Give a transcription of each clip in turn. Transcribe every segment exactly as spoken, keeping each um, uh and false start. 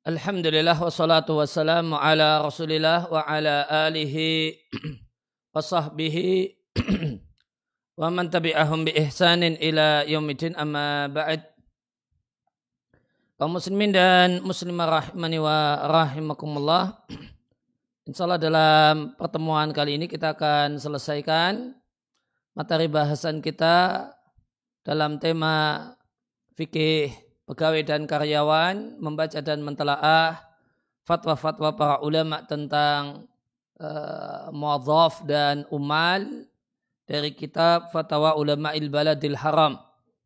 Alhamdulillah wassalatu wassalamu ala rasulillah wa ala alihi wa sahbihi wa man tabi'ahum bi ihsanin ila yaumidin amma ba'd. Kaum muslimin dan muslimah rahimani wa rahimakumullah. Insyaallah dalam pertemuan kali ini kita akan selesaikan materi bahasan kita dalam tema fikih pegawai dan karyawan, membaca dan mentelaah fatwa-fatwa para ulama tentang uh, muadhaf dan umal dari kitab Fatwa Ulama'il Baladil Haram.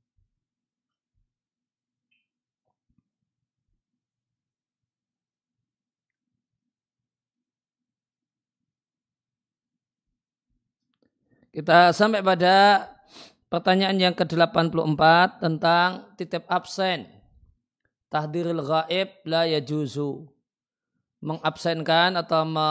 Kita sampai pada pertanyaan yang ke delapan puluh empat tentang titip absen. Tahdiril ghaib la yajuzu. Mengabsenkan atau me,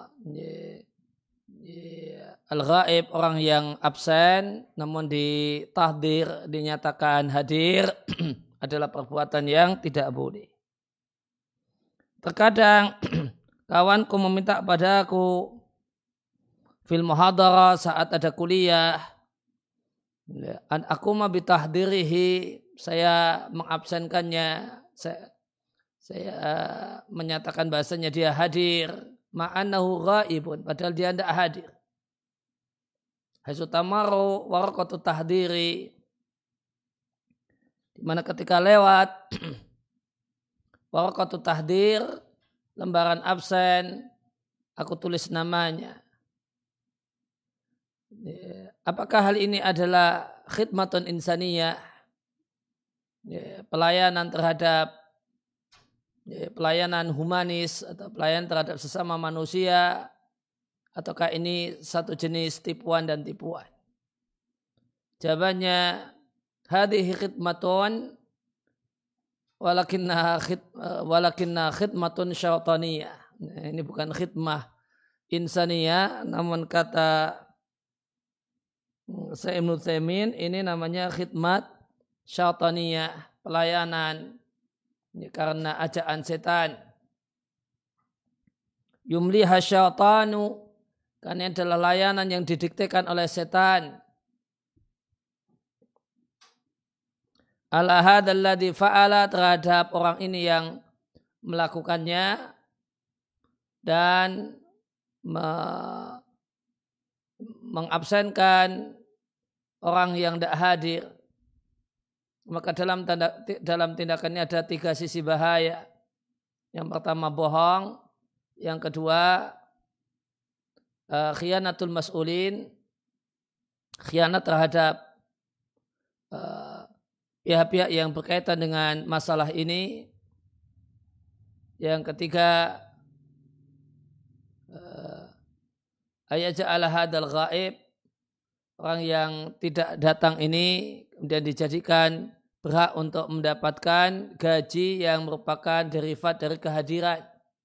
al-ghaib, orang yang absen namun ditahdir, dinyatakan hadir adalah perbuatan yang tidak boleh. Terkadang kawanku meminta padaku fil muhadarah saat ada kuliah, an akuma bitahdirihi, saya mengabsenkannya, saya, saya menyatakan bahasanya dia hadir, ma'annahu ghaibun, padahal dia tidak hadir. Haitsu tamaru waraqatu tahdiri, di mana ketika lewat waraqatu tahdir, lembaran absen, aku tulis namanya. Apakah hal ini adalah khidmatun insaniyah, pelayanan terhadap pelayanan humanis atau pelayanan terhadap sesama manusia, ataukah ini satu jenis tipuan dan tipuan? Jawabannya, hadhihi khidmatun walakinna khid, walakinna khidmatun syaitaniyah. Ini bukan khidmah insaniyah, namun kata Syekh Ibnu Utsaimin, ini namanya khidmat syaitaniyah, pelayanan ini karena ajaan setan. Yumliha syaitanu, karena adalah layanan yang didiktekan oleh setan. Ala hadzal ladzi fa'ala, terhadap orang ini yang melakukannya dan me mengabsenkan orang yang tidak hadir. Maka dalam tanda, dalam tindakannya ada tiga sisi bahaya. Yang pertama bohong, yang kedua uh, khiyanatul mas'ulin, khianat terhadap uh, pihak-pihak yang berkaitan dengan masalah ini. Yang ketiga uh, ayat ja'ala hadal ghaib, orang yang tidak datang ini kemudian dijadikan berhak untuk mendapatkan gaji yang merupakan derivat dari kehadiran.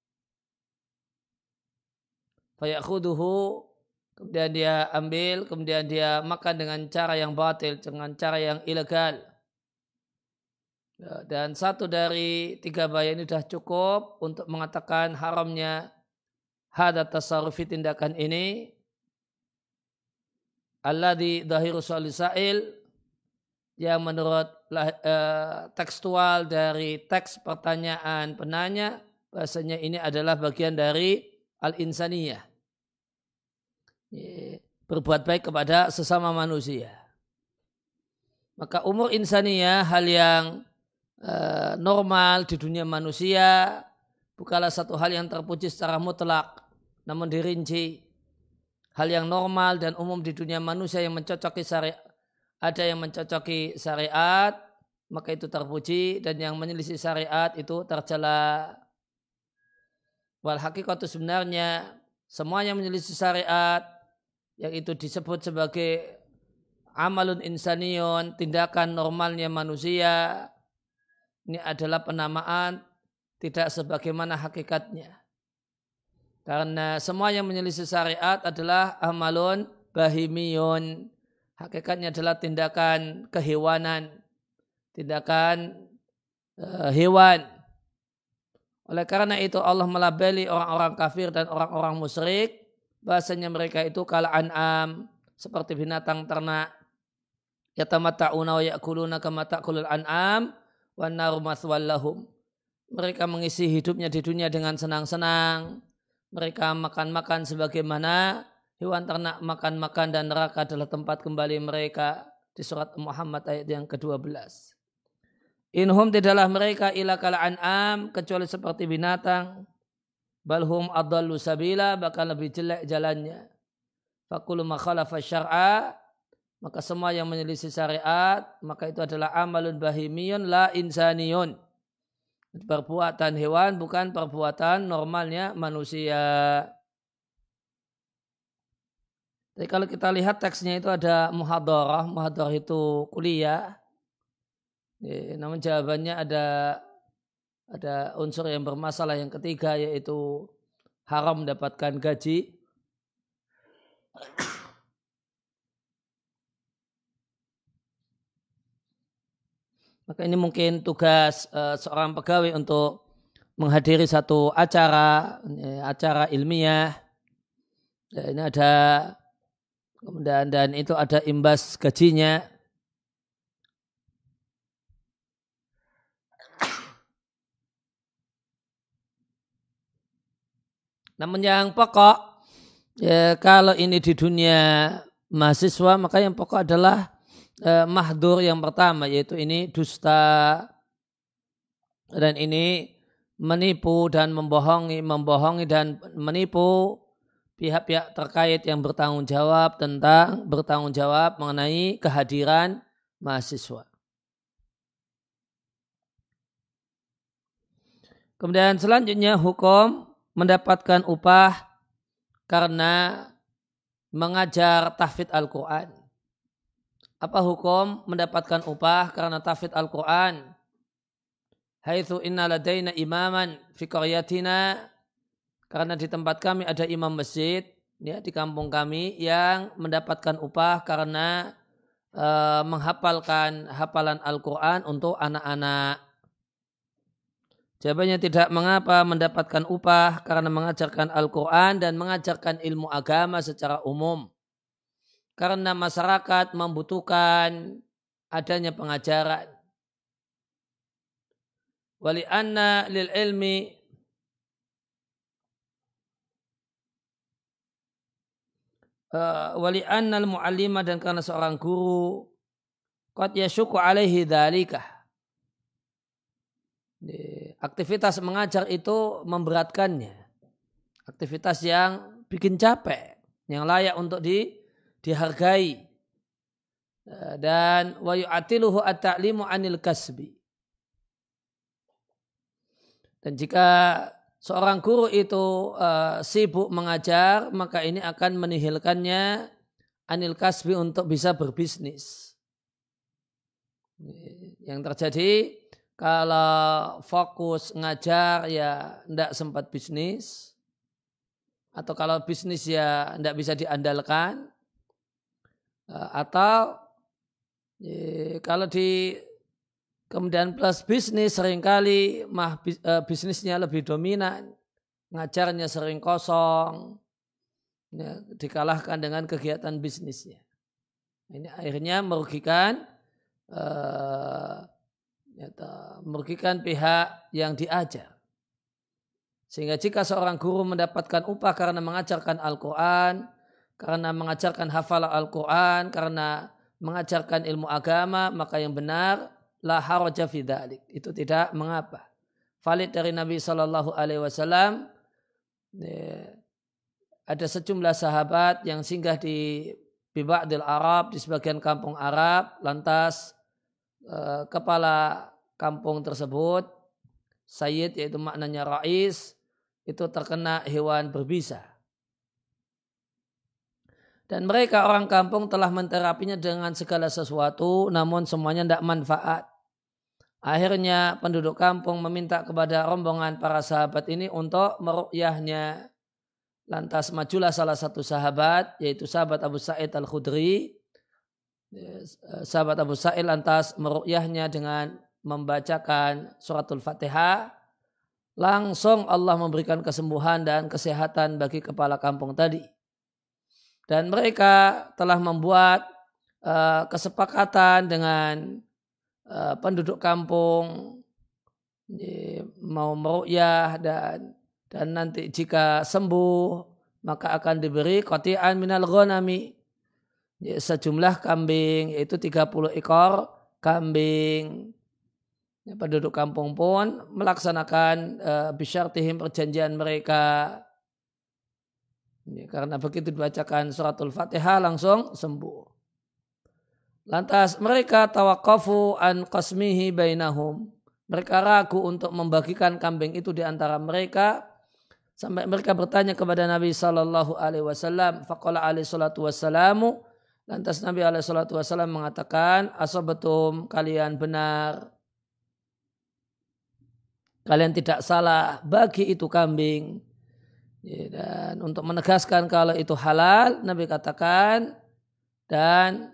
Fayakhuduhu, kemudian dia ambil, kemudian dia makan dengan cara yang batil, dengan cara yang ilegal. Dan satu dari tiga bahaya ini sudah cukup untuk mengatakan haramnya hadat tasarrufi, tindakan ini. Alladzi dhahiru sa'il, yang menurut uh, tekstual dari teks pertanyaan penanya, bahasanya ini adalah bagian dari al-insaniyah, berbuat baik kepada sesama manusia. Maka umur insaniyah, hal yang uh, normal di dunia manusia, bukanlah satu hal yang terpuji secara mutlak, namun dirinci. Hal yang normal dan umum di dunia manusia yang mencocoki syariat, ada yang mencocoki syariat, maka itu terpuji, dan yang menyelisih syariat itu tercela. Wal hakikatu, sebenarnya semua yang menyelisih syariat, yang itu disebut sebagai amalun insaniyun, tindakan normalnya manusia, ini adalah penamaan tidak sebagaimana hakikatnya. Karena semua yang menyelisih syariat adalah amalun bahimiyun. Hakikatnya adalah tindakan kehewanan, tindakan uh, hewan. Oleh karena itu Allah melabeli orang-orang kafir dan orang-orang musyrik bahasanya mereka itu kal an'am, seperti binatang ternak. Yatamatta'una wa ya'kuluna kama ta'kulul an'am wan naru mathwal lahum. Mereka mengisi hidupnya di dunia dengan senang-senang. Mereka makan-makan sebagaimana hewan ternak makan-makan dan neraka adalah tempat kembali mereka. Di surat Muhammad ayat yang kedua belas. Inhum tidaklah mereka ila kal an'am, kecuali seperti binatang. Balhum adallu sabila, bahkan lebih jelek jalannya. Fakulu ma khalafa syar'a, maka semua yang menyelisih syariat, maka itu adalah amalun bahimiyun la insaniyun. Perbuatan hewan bukan perbuatan normalnya manusia. Jadi kalau kita lihat teksnya itu ada muhadarah, muhadarah itu kuliah. Ya, namun jawabannya ada ada unsur yang bermasalah yang ketiga, yaitu haram mendapatkan gaji. Maka ini mungkin tugas uh, seorang pegawai untuk menghadiri satu acara, ya, acara ilmiah. Ya, ini ada kemudian dan itu ada imbas gajinya. Namun yang pokok, ya, kalau ini di dunia mahasiswa, maka yang pokok adalah eh, mahdur yang pertama, yaitu ini dusta. Dan ini menipu dan membohongi, membohongi dan menipu pihak-pihak terkait yang bertanggung jawab tentang bertanggung jawab mengenai kehadiran mahasiswa. Kemudian selanjutnya hukum mendapatkan upah karena mengajar tahfidz Al-Quran. Apa hukum mendapatkan upah karena tahfidz Al-Quran? Haitsu inna ladaina imaman fi qaryatina, karena di tempat kami ada imam masjid, ya, di kampung kami yang mendapatkan upah karena uh, menghafalkan hafalan Al-Quran untuk anak-anak. Jawabannya tidak mengapa mendapatkan upah karena mengajarkan Al-Quran dan mengajarkan ilmu agama secara umum. Karena masyarakat membutuhkan adanya pengajaran. Wali anna lil ilmi uh, wali anna al mu'allima, dan karena seorang guru qad yashuku alaihi dzalikah. Aktivitas mengajar itu memberatkannya. Aktivitas yang bikin capek, yang layak untuk di, dihargai. Dan wa yu'atiluhu at-ta'limu 'anil kasbi. Dan jika seorang guru itu uh, sibuk mengajar, maka ini akan menihilkannya 'anil kasbi, untuk bisa berbisnis. Yang terjadi kalau fokus ngajar ya tidak sempat bisnis, atau kalau bisnis ya tidak bisa diandalkan, atau ya, kalau di kemudian plus bisnis seringkali mah bisnisnya lebih dominan, ngajarnya sering kosong, ya, dikalahkan dengan kegiatan bisnisnya. Ini akhirnya merugikan uh, merugikan pihak yang diajar. Sehingga jika seorang guru mendapatkan upah karena mengajarkan Al-Quran, karena mengajarkan hafalan Al-Quran, karena mengajarkan ilmu agama, maka yang benar la haraja fi dzalik, itu tidak mengapa. Valid dari Nabi Shallallahu Alaihi Wasallam, ada sejumlah sahabat yang singgah di biba'dil Arab, di sebagian kampung Arab, lantas kepala kampung tersebut, sayyid, yaitu maknanya rais, itu terkena hewan berbisa. Dan mereka orang kampung telah menterapinya dengan segala sesuatu, namun semuanya tidak manfaat. Akhirnya penduduk kampung meminta kepada rombongan para sahabat ini untuk meruqyahnya. Lantas majulah salah satu sahabat, yaitu sahabat Abu Sa'id Al-Khudri. Sahabat Abu Sa'id lantas meruqyahnya dengan membacakan suratul Fatihah. langsung Allah memberikan kesembuhan dan kesehatan bagi kepala kampung tadi. Dan mereka telah membuat uh, kesepakatan dengan uh, penduduk kampung mau meruqyah dan dan nanti jika sembuh maka akan diberi qati'an minal ghanami, sejumlah kambing, yaitu tiga puluh ekor kambing. Penduduk kampung pun melaksanakan uh, bisyartihim, perjanjian mereka. Ya, karena begitu dibacakan suratul Fatihah langsung sembuh. Lantas mereka tawaqqafu an qasmihi bainahum. Mereka ragu untuk membagikan kambing itu di antara mereka sampai mereka bertanya kepada Nabi sallallahu alaihi wasallam. Faqala alaihi salatu wassalamu, lantas Nabi alaihi salatu wasallam mengatakan, asabatum, kalian benar, kalian tidak salah, bagi itu kambing. Dan untuk menegaskan kalau itu halal, Nabi katakan, dan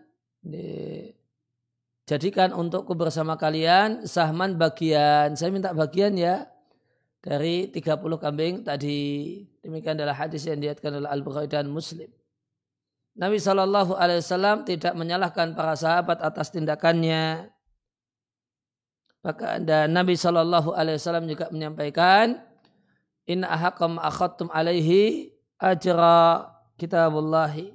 jadikan untukku bersama kalian sahman, bagian. Saya minta bagian ya dari tiga puluh kambing tadi. Demikian adalah hadis yang diriwayatkan oleh Al-Bukhari dan Muslim. Nabi shallallahu alaihi wasallam tidak menyalahkan para sahabat atas tindakannya. Dan Nabi shallallahu alaihi wasallam juga menyampaikan, in ahakam akhadtum alaihi ajra kitabullahi.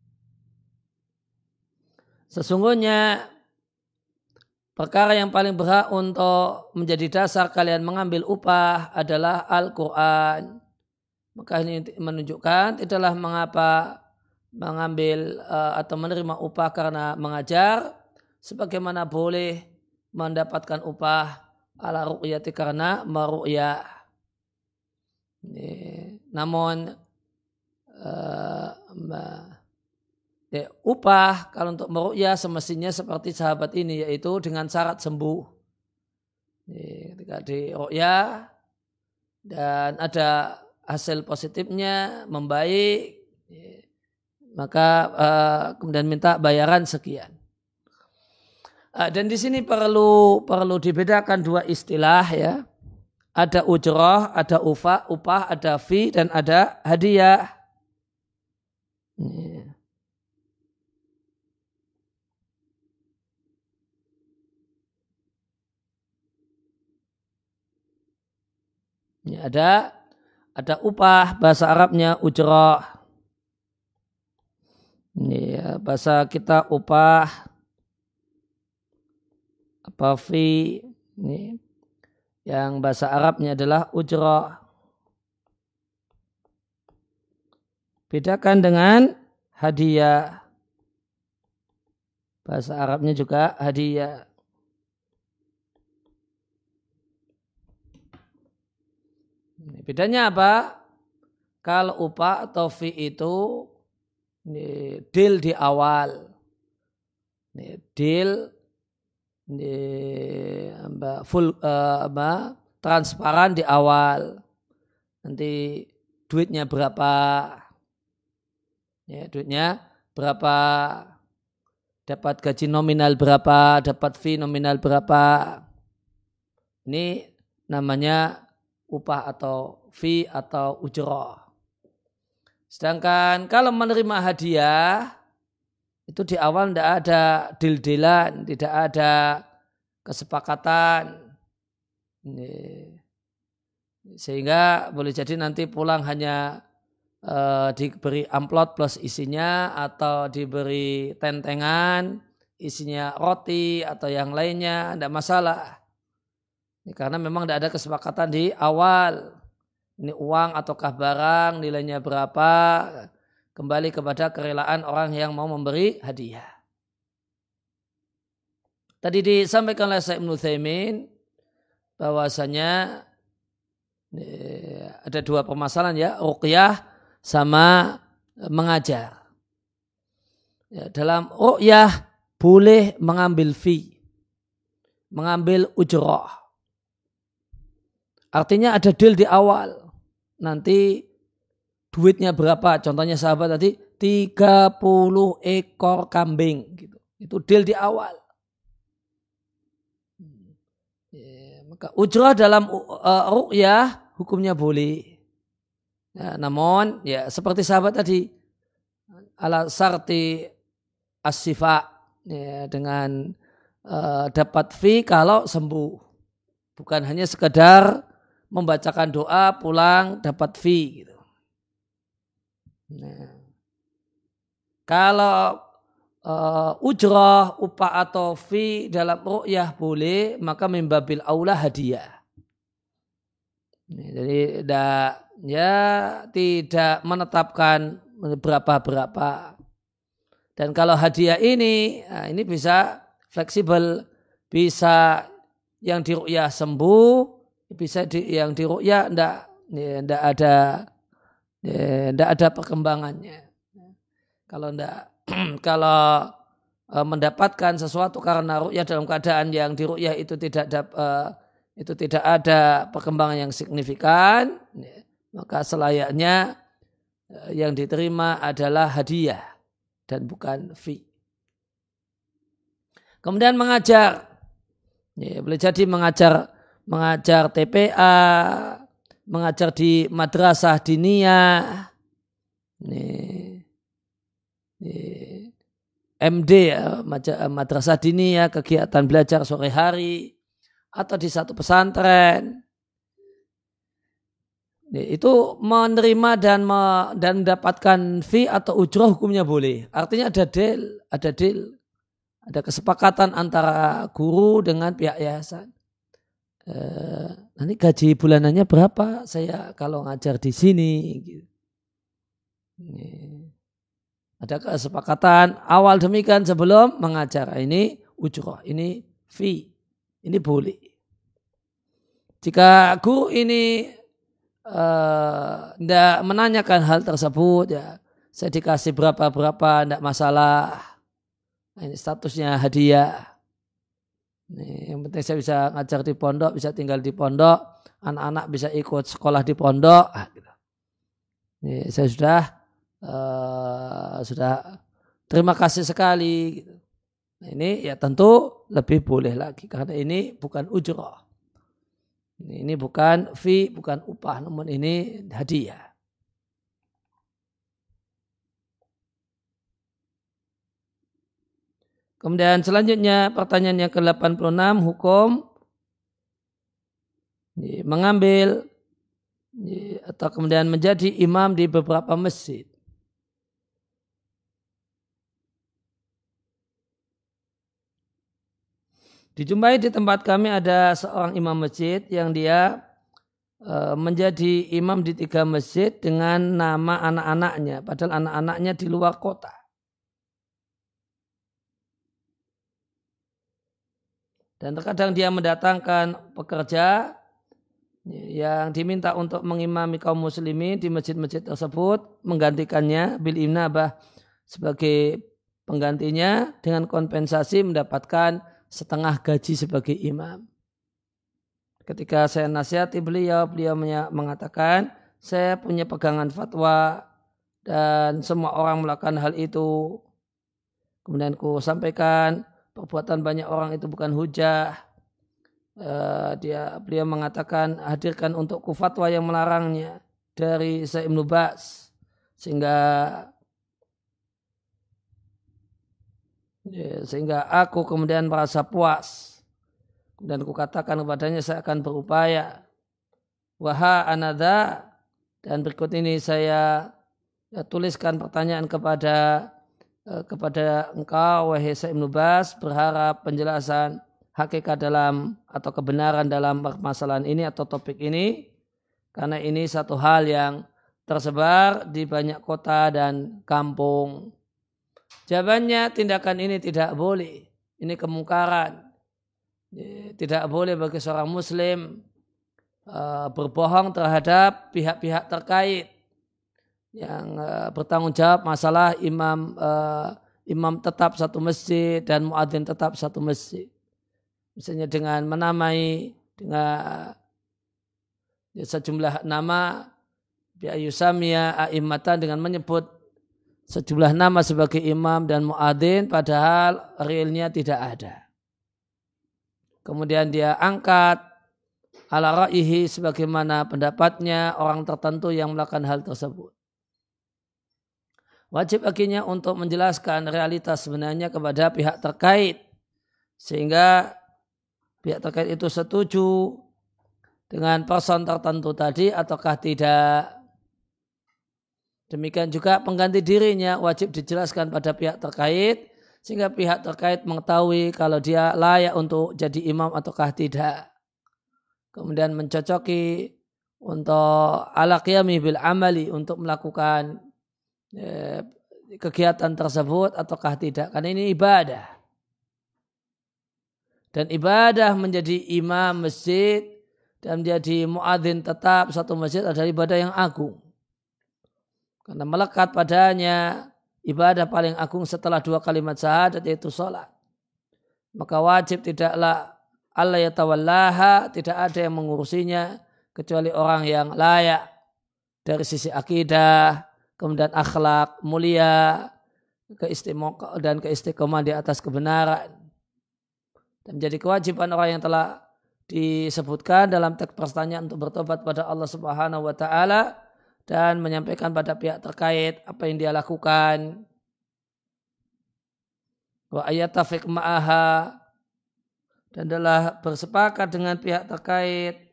Sesungguhnya perkara yang paling berhak untuk menjadi dasar kalian mengambil upah adalah Al-Quran. Maka ini menunjukkan tidaklah mengapa mengambil uh, atau menerima upah karena mengajar, sebagaimana boleh mendapatkan upah ala ru'yati karena meru'yah. Namun uh, Ya, upah kalau untuk meruqyah semestinya seperti sahabat ini, yaitu dengan syarat sembuh. Ya, ketika diruqyah dan ada hasil positifnya, membaik, ya, maka uh, kemudian minta bayaran sekian. Uh, dan di sini perlu perlu dibedakan dua istilah ya. Ada ujrah, ada upah, upah, ada fi dan ada hadiah. Ya. Ini ada ada upah, bahasa Arabnya ujrah. Ini ya, bahasa kita upah, apa fi. Ini yang bahasa Arabnya adalah ujrah. Bedakan dengan hadiah. Bahasa Arabnya juga hadiah. Bedanya apa? Kalau upah atau fee itu ini, deal di awal, ini, deal ini, full uh, apa, transparan di awal. Nanti duitnya berapa? Ya, duitnya berapa? Dapat gaji nominal berapa? Dapat fee nominal berapa? Ini namanya upah atau fee atau ujrah. Sedangkan kalau menerima hadiah, itu di awal tidak ada deal-dealan, tidak ada kesepakatan. Sehingga boleh jadi nanti pulang hanya uh, diberi amplop plus isinya, atau diberi tentengan, isinya roti atau yang lainnya, tidak masalah. Karena memang tidak ada kesepakatan di awal. Ini uang ataukah barang, nilainya berapa, kembali kepada kerelaan orang yang mau memberi hadiah. Tadi disampaikan oleh Syekh Ibnu Utsaimin bahwasanya ada dua permasalahan ya, ruqyah sama mengajar. Ya, dalam ruqyah boleh mengambil fee, mengambil ujrah. Artinya ada deal di awal. Nanti duitnya berapa? Contohnya sahabat tadi tiga puluh ekor kambing gitu. Itu deal di awal. Ya, Maka ujrah dalam uh, ru'yah hukumnya boleh. Ya, namun ya seperti sahabat tadi ala sarti as-sifa ya, dengan uh, dapat fi kalau sembuh. Bukan hanya sekedar membacakan doa pulang dapat fi gitu. Nah, kalau uh, ujrah, upah atau fi dalam ru'yah boleh, maka mimbabil aula hadiah. Jadi tidak ya tidak menetapkan berapa-berapa. Dan kalau hadiah ini, nah ini bisa fleksibel, bisa yang di ru'yah sembuh, bisa di, yang di ru'yah tidak ya, tidak ada tidak ada perkembangannya. Kalau tidak kalau uh, mendapatkan sesuatu karena ru'yah dalam keadaan yang di ru'yah itu tidak uh, itu tidak ada perkembangan yang signifikan, ya, maka selayaknya uh, yang diterima adalah hadiah dan bukan fee. Kemudian mengajar, ya, boleh jadi mengajar mengajar T P A, mengajar di madrasah diniyah, nih, M D ya, madrasah diniyah, kegiatan belajar sore hari, atau di satu pesantren. Itu menerima dan me, dan mendapatkan fee atau ujrah hukumnya boleh. Artinya ada deal, ada deal, ada kesepakatan antara guru dengan pihak yayasan. Eh, nanti gaji bulanannya berapa? Saya kalau ngajar di sini. Gitu. Ada kesepakatan awal demikian sebelum mengajar. Ini ujrah, ini fee, ini boleh. Jika guru ini tidak uh, menanyakan hal tersebut, ya saya dikasih berapa-berapa, tidak masalah. Ini statusnya hadiah. Ini, yang penting saya bisa ngajar di pondok, bisa tinggal di pondok, anak-anak bisa ikut sekolah di pondok. Ah, gitu. Ini saya sudah uh, sudah terima kasih sekali. Gitu. Nah, ini ya tentu lebih boleh lagi karena ini bukan ujrah. Ini bukan fee, bukan upah, namun ini hadiah. Kemudian selanjutnya pertanyaan yang ke delapan puluh enam, hukum mengambil atau kemudian menjadi imam di beberapa masjid. Dijumpai di tempat kami ada seorang imam masjid yang dia e, menjadi imam di tiga masjid dengan nama anak-anaknya. Padahal anak-anaknya di luar kota. Dan terkadang dia mendatangkan pekerja yang diminta untuk mengimami kaum muslimin di masjid-masjid tersebut. Menggantikannya bil imnabah sebagai penggantinya dengan kompensasi mendapatkan setengah gaji sebagai imam. Ketika saya nasihati beliau, beliau mengatakan, saya punya pegangan fatwa dan semua orang melakukan hal itu. Kemudian ku sampaikan, perbuatan banyak orang itu bukan hujah. Uh, dia beliau mengatakan, hadirkan untukku fatwa yang melarangnya dari Syekh Ibnu Baz, sehingga Ya, sehingga aku kemudian merasa puas. Dan aku katakan kepadanya saya akan berupaya. Waha anada. Dan berikut ini saya ya, tuliskan pertanyaan kepada eh, kepada engkau wahai Syekh Ibnu Baz, berharap penjelasan hakikat dalam atau kebenaran dalam permasalahan ini atau topik ini. Karena ini satu hal yang tersebar di banyak kota dan kampung. Jawabannya, tindakan ini tidak boleh. Ini kemungkaran. Tidak boleh bagi seorang muslim uh, berbohong terhadap pihak-pihak terkait yang uh, bertanggung jawab masalah imam uh, imam tetap satu masjid dan muadzin tetap satu masjid. Misalnya dengan menamai dengan ya, sejumlah nama bi'ayusamia a'immatan dengan menyebut sejumlah nama sebagai imam dan muadzin padahal realnya tidak ada. Kemudian dia angkat ala ra'yihi sebagaimana pendapatnya orang tertentu yang melakukan hal tersebut. Wajib baginya untuk menjelaskan realitas sebenarnya kepada pihak terkait sehingga pihak terkait itu setuju dengan person tertentu tadi ataukah tidak. Demikian juga pengganti dirinya wajib dijelaskan pada pihak terkait sehingga pihak terkait mengetahui kalau dia layak untuk jadi imam ataukah tidak. Kemudian mencocoki untuk ala qiyami bil amali untuk melakukan eh, kegiatan tersebut ataukah tidak. Karena ini ibadah. Dan ibadah menjadi imam masjid dan menjadi muadzin tetap satu masjid adalah ibadah yang agung. Karena melekat padanya ibadah paling agung setelah dua kalimat syahadat yaitu sholat. Maka wajib tidaklah Allah yatawallaha, tidak ada yang mengurusinya kecuali orang yang layak dari sisi akidah, kemudian akhlak mulia, keistiqomah dan keistiqomah di atas kebenaran. Dan menjadi kewajiban orang yang telah disebutkan dalam teks pertanyaan untuk bertobat pada Allah Subhanahu wa taala dan menyampaikan pada pihak terkait apa yang dia lakukan. Wa ayatafiq ma'aha, dan adalah bersepakat dengan pihak terkait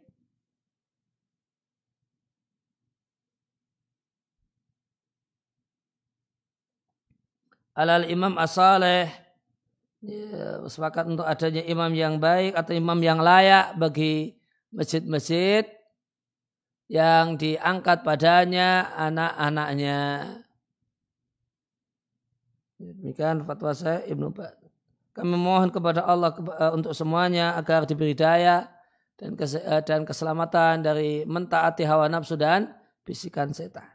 alal imam as-salih, ya, bersepakat untuk adanya imam yang baik atau imam yang layak bagi masjid-masjid yang diangkat padanya anak-anaknya. Demikian fatwa saya Ibnu Baz. Kami mohon kepada Allah untuk semuanya agar diberi daya dan dan keselamatan dari mentaati hawa nafsu dan bisikan setan.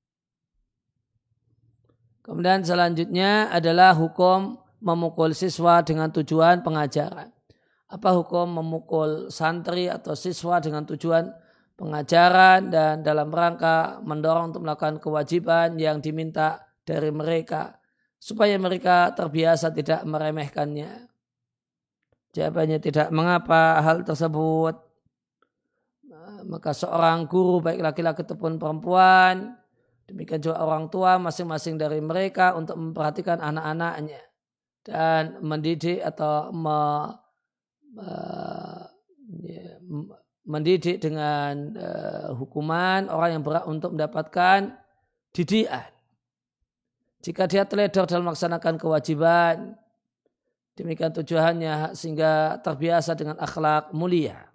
Kemudian selanjutnya adalah hukum memukul siswa dengan tujuan pengajaran. Apa hukum memukul santri atau siswa dengan tujuan pengajaran dan dalam rangka mendorong untuk melakukan kewajiban yang diminta dari mereka supaya mereka terbiasa tidak meremehkannya. Jawabannya tidak mengapa hal tersebut. Maka seorang guru baik laki-laki ataupun perempuan, demikian juga orang tua masing-masing dari mereka untuk memperhatikan anak-anaknya dan mendidik atau me, uh, ya, mendidik dengan uh, hukuman orang yang berhak untuk mendapatkan didikan. Jika dia teledor dalam melaksanakan kewajiban, demikian tujuannya sehingga terbiasa dengan akhlak mulia.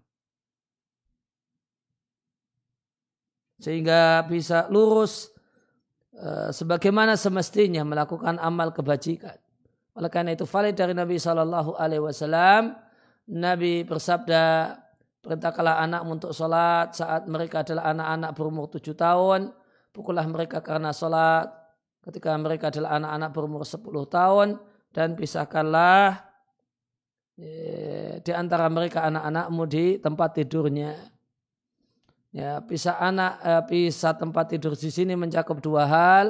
Sehingga bisa lurus uh, sebagaimana semestinya melakukan amal kebajikan. Oleh karena itu valid dari Nabi shallallahu alaihi wasallam, Nabi bersabda, perintahkanlah anakmu untuk sholat saat mereka adalah anak-anak berumur tujuh tahun. Pukullah mereka karena sholat ketika mereka adalah anak-anak berumur sepuluh tahun. Dan pisahkanlah di antara mereka anak-anakmu di tempat tidurnya. Ya, pisah anak, pisah tempat tidur di sini mencakup dua hal.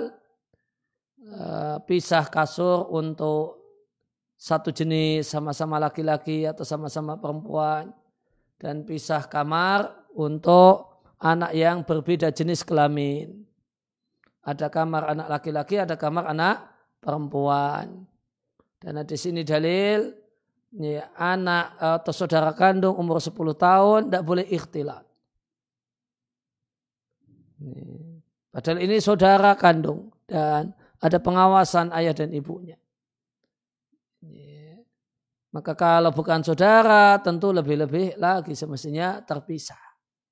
Pisah kasur untuk satu jenis sama-sama laki-laki atau sama-sama perempuan. Dan pisah kamar untuk anak yang berbeda jenis kelamin. Ada kamar anak laki-laki, ada kamar anak perempuan. Dan di sini dalil ya, anak atau saudara kandung umur sepuluh tahun tidak boleh ikhtilat. Padahal ini saudara kandung dan ada pengawasan ayah dan ibunya. Maka kalau bukan saudara tentu lebih-lebih lagi semestinya terpisah.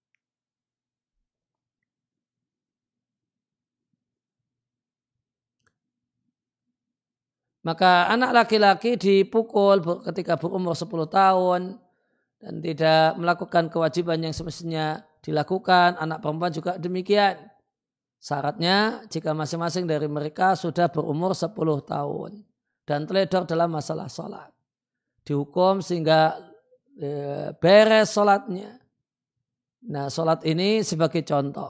Maka anak laki-laki dipukul ketika berumur sepuluh tahun dan tidak melakukan kewajiban yang semestinya dilakukan. Anak perempuan juga demikian. Syaratnya jika masing-masing dari mereka sudah berumur sepuluh tahun dan teledor dalam masalah sholat. Dihukum sehingga e, beres sholatnya. Nah, sholat ini sebagai contoh.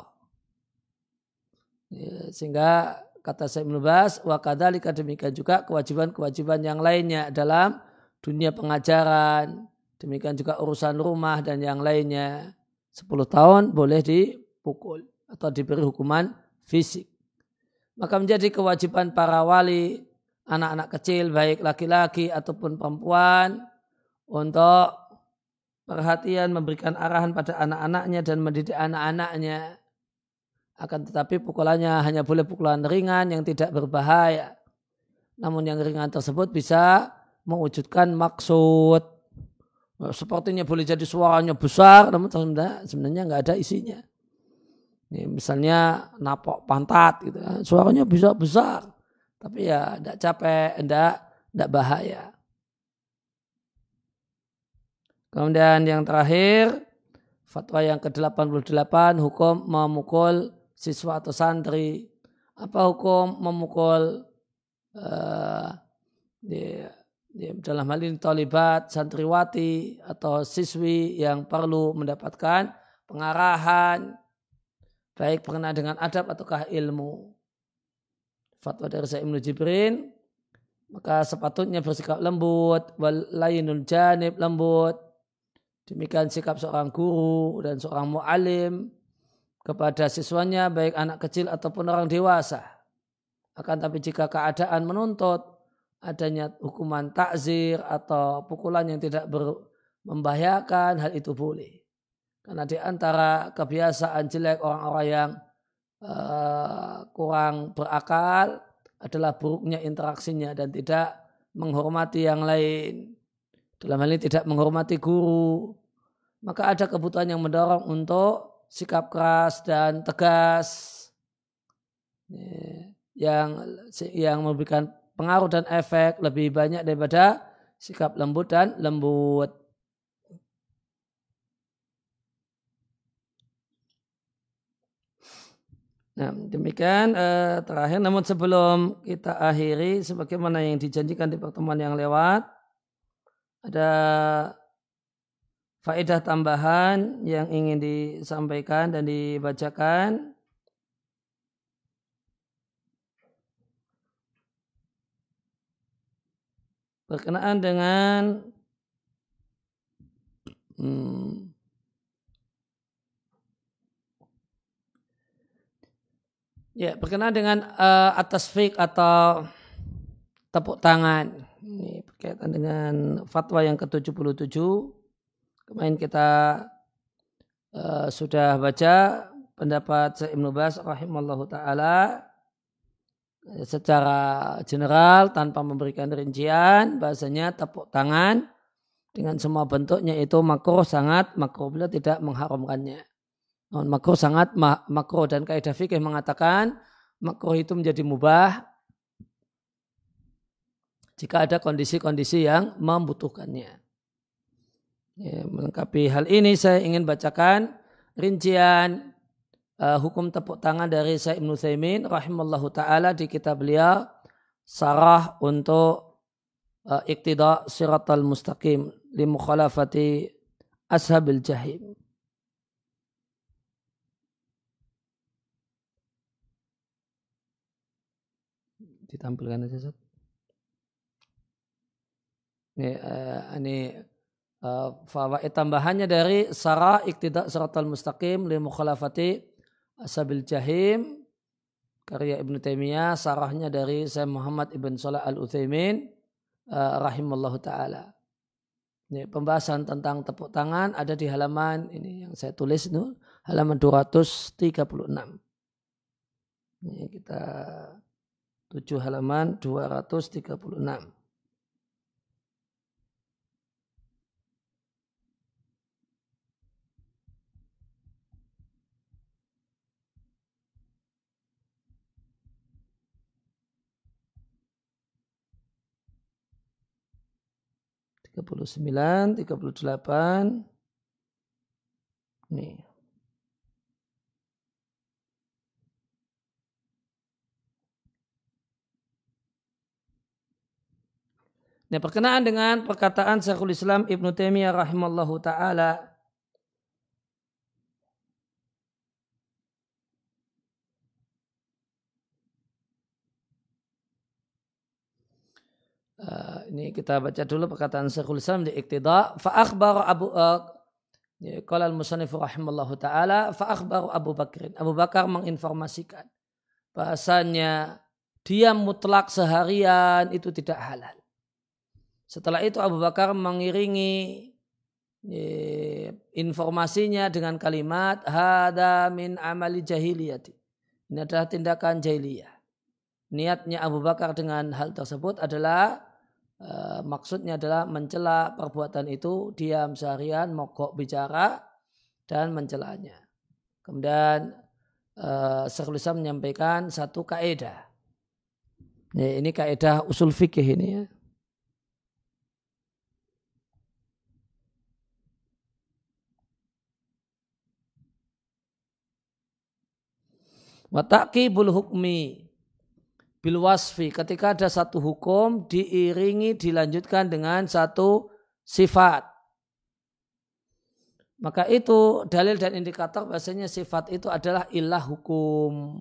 Ya, sehingga kata Syekh Ibnu Baz, wa kadzalika demikian juga kewajiban-kewajiban yang lainnya dalam dunia pengajaran, demikian juga urusan rumah dan yang lainnya. sepuluh tahun boleh dipukul atau diberi hukuman fisik. Maka menjadi kewajiban para wali anak-anak kecil baik laki-laki ataupun perempuan untuk perhatian memberikan arahan pada anak-anaknya dan mendidik anak-anaknya. Akan tetapi pukulannya hanya boleh pukulan ringan yang tidak berbahaya. Namun yang ringan tersebut bisa mewujudkan maksud. Sepertinya boleh jadi suaranya besar, namun sebenarnya nggak ada isinya. Ini misalnya napok pantat, gitu, suaranya bisa besar, tapi ya tidak capek, tidak tidak bahaya. Kemudian yang terakhir, fatwa yang ke delapan puluh delapan, hukum memukul siswa atau santri. Apa hukum memukul uh, di, di, dalam hal ini talibat, santriwati atau siswi yang perlu mendapatkan pengarahan baik berkenaan dengan adab ataukah ilmu. Fatwa dari Syekh Ibnu Jibrin, maka sepatutnya bersikap lembut, wal layinul janib, lembut. Demikian sikap seorang guru dan seorang mu'alim kepada siswanya baik anak kecil ataupun orang dewasa. Akan tapi jika keadaan menuntut adanya hukuman takzir atau pukulan yang tidak ber, membahayakan, hal itu boleh. Karena di antara kebiasaan jelek orang-orang yang uh, kurang berakal adalah buruknya interaksinya dan tidak menghormati yang lain. Dalam hal ini tidak menghormati guru. Maka ada kebutuhan yang mendorong untuk sikap keras dan tegas. Yang, yang memberikan pengaruh dan efek lebih banyak daripada sikap lembut dan lembut. Nah, demikian eh, terakhir. Namun sebelum kita akhiri, sebagaimana yang dijanjikan di pertemuan yang lewat, ada faedah tambahan yang ingin disampaikan dan dibacakan. Berkenaan dengan hmm, Ya, berkenaan dengan uh, at-tasfiq atau tepuk tangan. Ini berkaitan dengan fatwa yang ke tujuh puluh tujuh. Kemarin kita uh, sudah baca pendapat Syekh Ibnu Baz rahimallahu taala secara general tanpa memberikan rincian, bahasanya tepuk tangan dengan semua bentuknya itu makruh, sangat makruh, beliau tidak mengharamkannya. Makruh sangat makruh, dan kaidah fikih mengatakan makruh itu menjadi mubah jika ada kondisi-kondisi yang membutuhkannya. Ya, melengkapi hal ini saya ingin bacakan rincian uh, hukum tepuk tangan dari Syekh Ibnu Utsaimin rahimallahu taala di kitab beliau Sarah untuk uh, Iqtida Siratal Mustaqim li mukhalafati ashabil jahim. Ditampilkan aja, Ustaz. Ini, uh, ini uh, fawaid tambahannya dari Sarah Iqtida Siratal Mustaqim li mukhalafati ashabil jahim, karya Ibnu Taimiyah, sarahnya dari Syekh Muhammad Ibn Shalih Al-Utsaimin uh, rahimallahu taala. Ini pembahasan tentang tepuk tangan ada di halaman ini yang saya tulis itu halaman dua ratus tiga puluh enam. Ini kita tujuh halaman dua ratus tiga puluh enam. tiga puluh sembilan, tiga puluh delapan. Nih. Nah, berkenaan dengan perkataan Syekhul Islam Ibnu Taimiyah rahimallahu taala uh, ini kita baca dulu perkataan Syekhul Islam di Iqtida. Fa akhbar Abu uh, Qala al-musannif rahimallahu taala fa akhbaru Abu Bakrin. Abu Bakar menginformasikan bahasanya diam mutlak seharian itu tidak halal. Setelah itu Abu Bakar mengiringi informasinya dengan kalimat hada min amali jahiliyati. Ini adalah tindakan jahiliyah. Niatnya Abu Bakar dengan hal tersebut adalah Uh, maksudnya adalah mencela perbuatan itu, diam seharian, mogok bicara dan mencelanya. Kemudian uh, Syekhul Islam menyampaikan satu kaidah. Ya, ini kaidah usul fikih ini ya. Wa taqibul hukmi bil wasfi, ketika ada satu hukum diiringi dilanjutkan dengan satu sifat, maka itu dalil dan indikator bahasanya sifat itu adalah ilah hukum.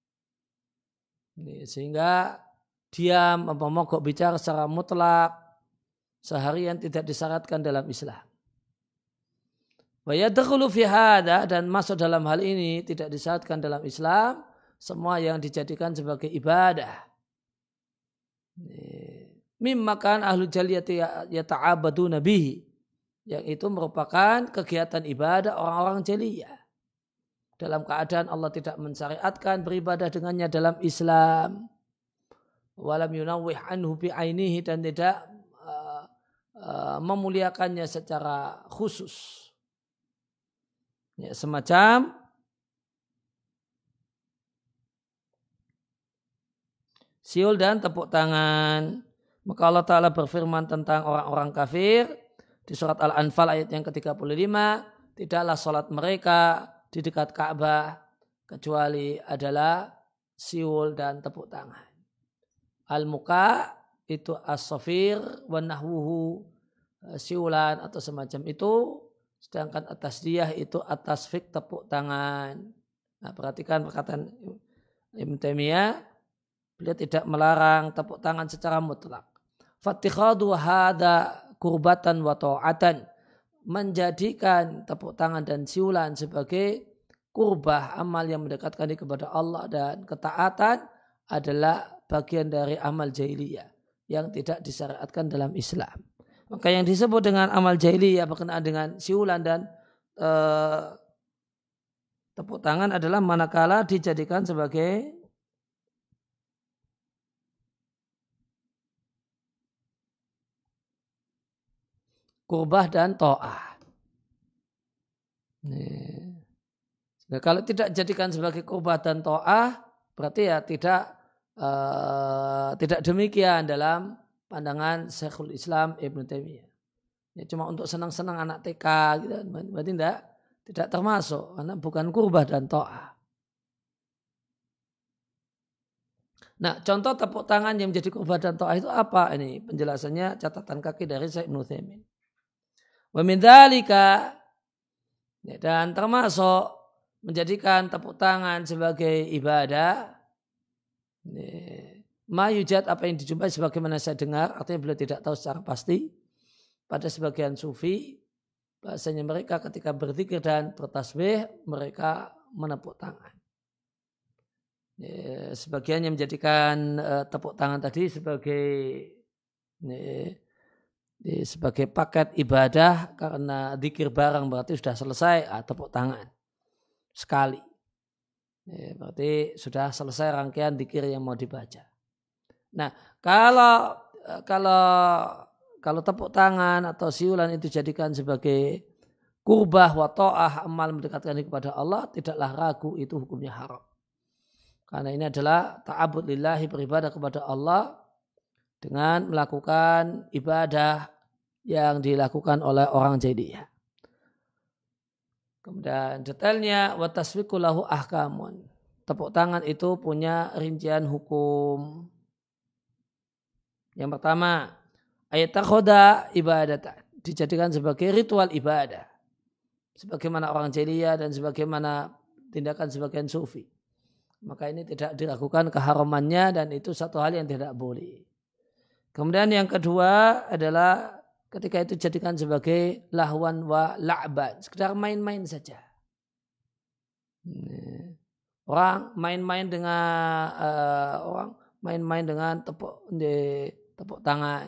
Sehingga diam mogok bicara secara mutlak seharian tidak disyaratkan dalam Islam. Wa yadkhulu fi hadza, dan masuk dalam hal ini tidak disyaratkan dalam Islam semua yang dijadikan sebagai ibadah. Mimma kan ahlu jaliyati yata'abaduna bihi, yang itu merupakan kegiatan ibadah orang-orang jaliyah. Dalam keadaan Allah tidak mensyariatkan beribadah dengannya dalam Islam. Walam yunawwih anhu bi'ainihi, dan tidak uh, uh, memuliakannya secara khusus. Ya, semacam siul dan tepuk tangan. Maka Allah Ta'ala berfirman tentang orang-orang kafir di surat Al-Anfal ayat yang ke tiga puluh lima, tidaklah salat mereka di dekat Ka'bah kecuali adalah siul dan tepuk tangan. Al-muka itu as-safir wa nahwuhu, siulan atau semacam itu, sedangkan at-tasdiyah itu at-tasfik, tepuk tangan. Nah, perhatikan perkataan Ibnu Taimiyah. Beliau tidak melarang tepuk tangan secara mutlak. Fatikhadu hadza kurbatan wa ta'atan, menjadikan tepuk tangan dan siulan sebagai kurbah, amal yang mendekatkan diri kepada Allah dan ketaatan, adalah bagian dari amal jahiliyah yang tidak disyariatkan dalam Islam. Maka yang disebut dengan amal jahiliyah berkenaan dengan siulan dan uh, tepuk tangan adalah manakala dijadikan sebagai kurbah dan to'ah. Nah, kalau tidak dijadikan sebagai kurbah dan to'ah, berarti ya tidak uh, tidak demikian dalam pandangan Syekhul Islam Ibnu Taimiyah. Ya, cuma untuk senang-senang anak T K gitu, berarti tidak tidak termasuk, karena bukan kurbah dan to'ah. Nah, contoh tepuk tangan yang menjadi kurbah dan to'ah itu apa? Ini penjelasannya catatan kaki dari Syekh Ibnu Taimiyah. Wa min dzalika, dan termasuk menjadikan tepuk tangan sebagai ibadah, ma yujad, apa yang dijumpai sebagaimana saya dengar, artinya beliau tidak tahu secara pasti, pada sebagian sufi bahasanya mereka ketika berzikir dan bertasbih mereka menepuk tangan. Sebagian yang menjadikan tepuk tangan tadi sebagai sebagai paket ibadah karena zikir bareng berarti sudah selesai, ah, tepuk tangan sekali. Ya, berarti sudah selesai rangkaian zikir yang mau dibaca. Nah, kalau kalau kalau tepuk tangan atau siulan itu jadikan sebagai kurbah wa ta'ah, amal mendekatkan diri kepada Allah, tidaklah ragu itu hukumnya haram. Karena ini adalah ta'abud lillahi, beribadah kepada Allah dengan melakukan ibadah yang dilakukan oleh orang jahiliyah. Kemudian detailnya wa tasfiqu lahu ahkamun. Tepuk tangan itu punya rincian hukum. Yang pertama, ayat takhoda ibadat, dijadikan sebagai ritual ibadah. Sebagaimana orang jahiliyah dan sebagaimana tindakan sebagian sufi. Maka ini tidak diragukan keharamannya dan itu satu hal yang tidak boleh. Kemudian yang kedua adalah ketika itu jadikan sebagai lahwan wa la'ban, sekedar main-main saja. Orang main-main dengan uh, orang main-main dengan tepuk di, tepuk tangan.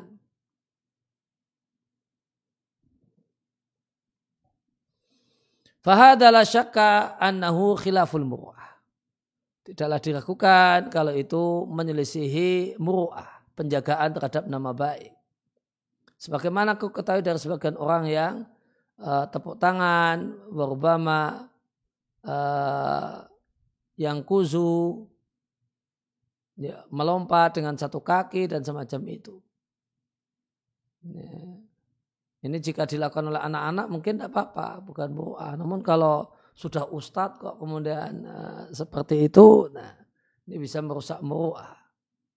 Fahadha la syakka annahu khilaful muru'ah. Tidaklah diragukan kalau itu menyelisihi muru'ah, penjagaan terhadap nama baik. Sebagaimana aku ketahui dari sebagian orang yang uh, tepuk tangan, warubama uh, yang kuzu, ya, melompat dengan satu kaki dan semacam itu. Ya. Ini jika dilakukan oleh anak-anak mungkin tidak apa-apa, bukan muru'ah. Namun kalau sudah ustadz kok kemudian uh, seperti itu, nah ini bisa merusak muru'ah.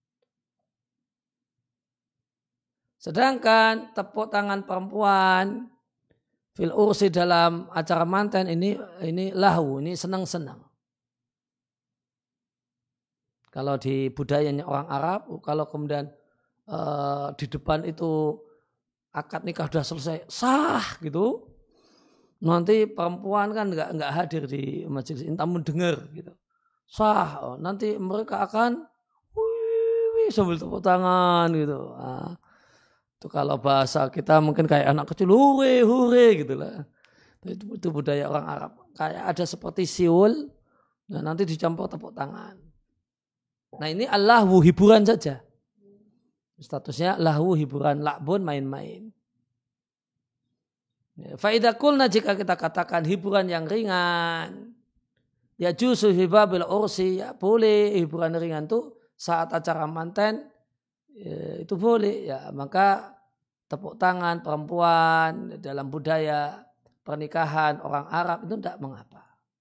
Sedangkan tepuk tangan perempuan fil ursi dalam acara manten ini ini lahu, ini senang-senang. Kalau di budayanya orang Arab, kalau kemudian uh, di depan itu akad nikah sudah selesai, sah gitu, nanti perempuan kan nggak nggak hadir di majelis ini, namun dengar gitu, sah. Oh, nanti mereka akan wih, sambil tepuk tangan gitu. Nah, itu kalau bahasa kita mungkin kayak anak kecil, hure, hure gitu lah. Itu, itu budaya orang Arab. Kayak ada seperti siul, nah nanti dicampur tepuk tangan. Nah ini allahu hiburan saja. Statusnya lahu hiburan, la'bun main-main. Faidah kulna jika kita katakan hiburan yang ringan, ya justru hibabil ursi, ya boleh hiburan ringan itu saat acara manten, ya, itu boleh ya, maka tepuk tangan perempuan dalam budaya pernikahan orang Arab itu tidak mengapa.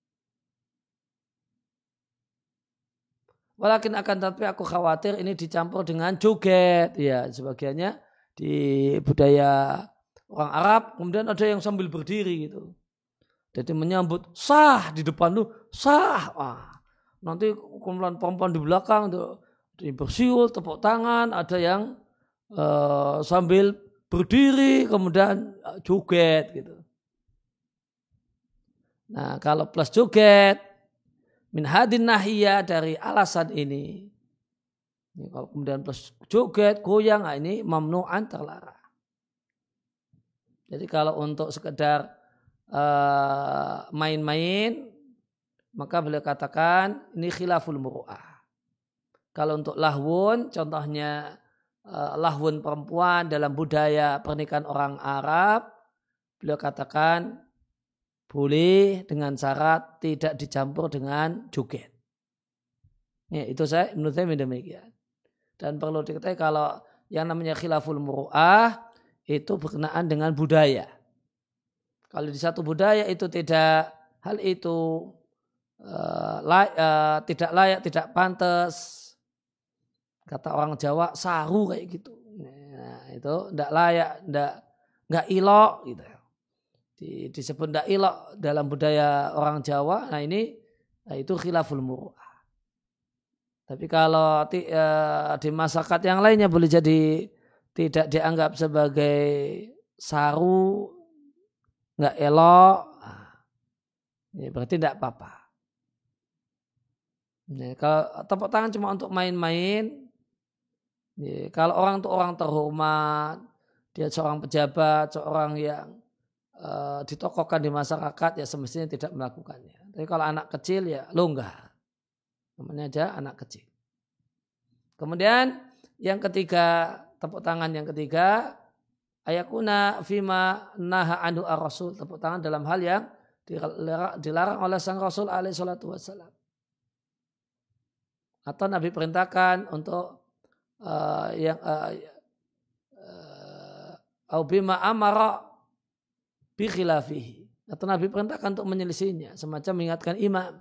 Walakin akan tapi aku khawatir ini dicampur dengan joget, ya sebagiannya di budaya orang Arab kemudian ada yang sambil berdiri gitu, jadi menyambut sah di depan tuh sah, wah nanti kemudian perempuan di belakang tuh bersiul tepuk tangan, ada yang uh, sambil berdiri kemudian joget gitu. Nah kalau plus joget min hadin nahiyah dari alasan ini, ini kalau kemudian plus joget goyang, nah ini mamnu'an terlarang. Jadi kalau untuk sekedar uh, main-main maka beliau katakan ini khilaful muru'ah. Kalau untuk lahwun, contohnya uh, lahwun perempuan dalam budaya pernikahan orang Arab, beliau katakan boleh dengan syarat tidak dicampur dengan joget. Ya, itu saya menurut saya demikian. Dan perlu diketahui kalau yang namanya khilaful muru'ah itu berkenaan dengan budaya. Kalau di satu budaya itu tidak, hal itu uh, lay, uh, tidak layak, tidak pantas. Kata orang Jawa saru kayak gitu. Nah, itu tidak layak, tidak nggak ilok gitu. Di, disebut tidak ilok dalam budaya orang Jawa. Nah ini nah itu khilaful muru'ah. Tapi kalau ti, uh, di masyarakat yang lainnya boleh jadi tidak dianggap sebagai saru, nggak elok, ya berarti tidak apa-apa. Ya, kalau tepuk tangan cuma untuk main-main, ya, kalau orang itu orang terhormat, dia seorang pejabat, seorang yang uh, ditokohkan di masyarakat, ya semestinya tidak melakukannya. Tapi kalau anak kecil ya longgar, namanya aja anak kecil. Kemudian yang ketiga, tepuk tangan yang ketiga, ayakuna fima naha anhu ar-rasul, tepuk tangan dalam hal yang dilarang oleh sang Rasul alaihi salatu wassalam. Atau Nabi perintahkan untuk uh, yang uh, uh, au bima amara bi khilafihi. Atau Nabi perintahkan untuk menyelisihinya, semacam mengingatkan imam.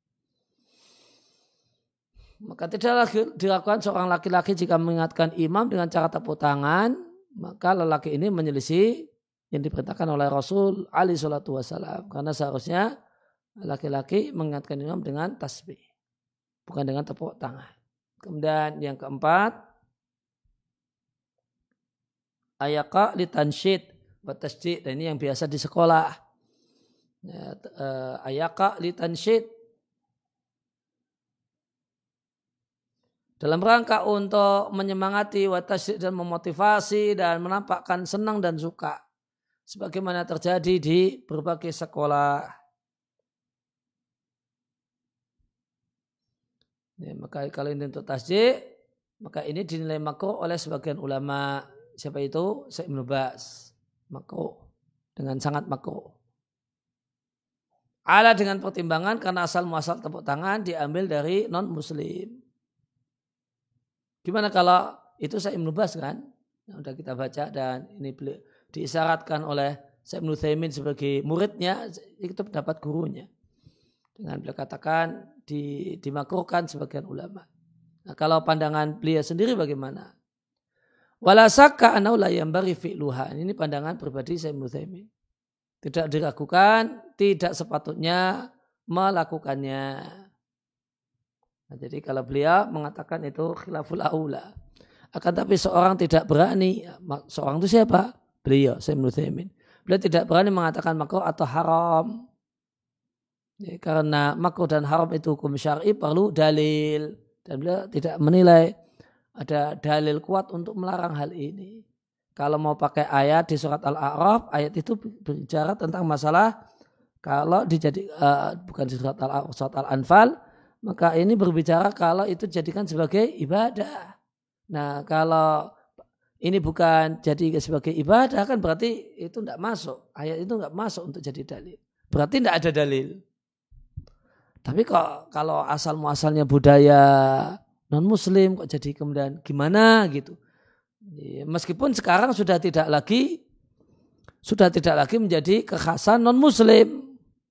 Maka tidaklah dilakukan seorang laki-laki jika mengingatkan imam dengan cara tepuk tangan, maka lelaki ini menyelisih yang diperintahkan oleh Rasul alaihi salatu wassalam. Karena seharusnya laki-laki mengingatkan imam dengan tasbih, bukan dengan tepuk tangan. Kemudian yang keempat, ayaka li tansyid wa tasjid. Dan ini yang biasa di sekolah. Ya, uh, ayaka li tansyid. Dalam rangka untuk menyemangati wa tasjid dan memotivasi dan menampakkan senang dan suka. Sebagaimana terjadi di berbagai sekolah. Ya, maka kalau ini untuk tasjid, maka ini dinilai makruh oleh sebagian ulama. Siapa itu? Syekh Ibnu Baz. Makruh. Dengan sangat makruh. Ala dengan pertimbangan karena asal muasal tepuk tangan diambil dari non-muslim. Gimana kalau itu Syekh Ibnu Baz kan? Yang sudah kita baca dan ini diisyaratkan oleh Syekh Ibnu Utsaimin sebagai muridnya, itu pendapat gurunya. Dengan beliau katakan di, dimakruhkan sebagian ulama. Nah, kalau pandangan beliau sendiri bagaimana? Wala sakka annahu la yanbaghi fi'luha. Ini pandangan pribadi Syekh Ibnu Utsaimin. Tidak diragukan, tidak sepatutnya melakukannya. Nah, jadi kalau beliau mengatakan itu khilaful aula. Akan tapi seorang tidak berani, seorang itu siapa? Beliau, Syekh Ibnu Utsaimin. Beliau tidak berani mengatakan makruh atau haram. Ya, karena makruh dan haram itu hukum syar'i perlu dalil. Dan beliau tidak menilai ada dalil kuat untuk melarang hal ini. Kalau mau pakai ayat di surat Al-A'raf, ayat itu berbicara tentang masalah kalau dijadi uh, bukan di surat Al-A'raf, surat Al-Anfal, maka ini berbicara kalau itu dijadikan sebagai ibadah. Nah, kalau ini bukan jadi sebagai ibadah kan berarti itu tidak masuk. Ayat itu tidak masuk untuk jadi dalil. Berarti tidak ada dalil. Tapi kok kalau asal muasalnya budaya non muslim kok jadi kemudian gimana gitu. Meskipun sekarang sudah tidak lagi sudah tidak lagi menjadi kekhasan non muslim.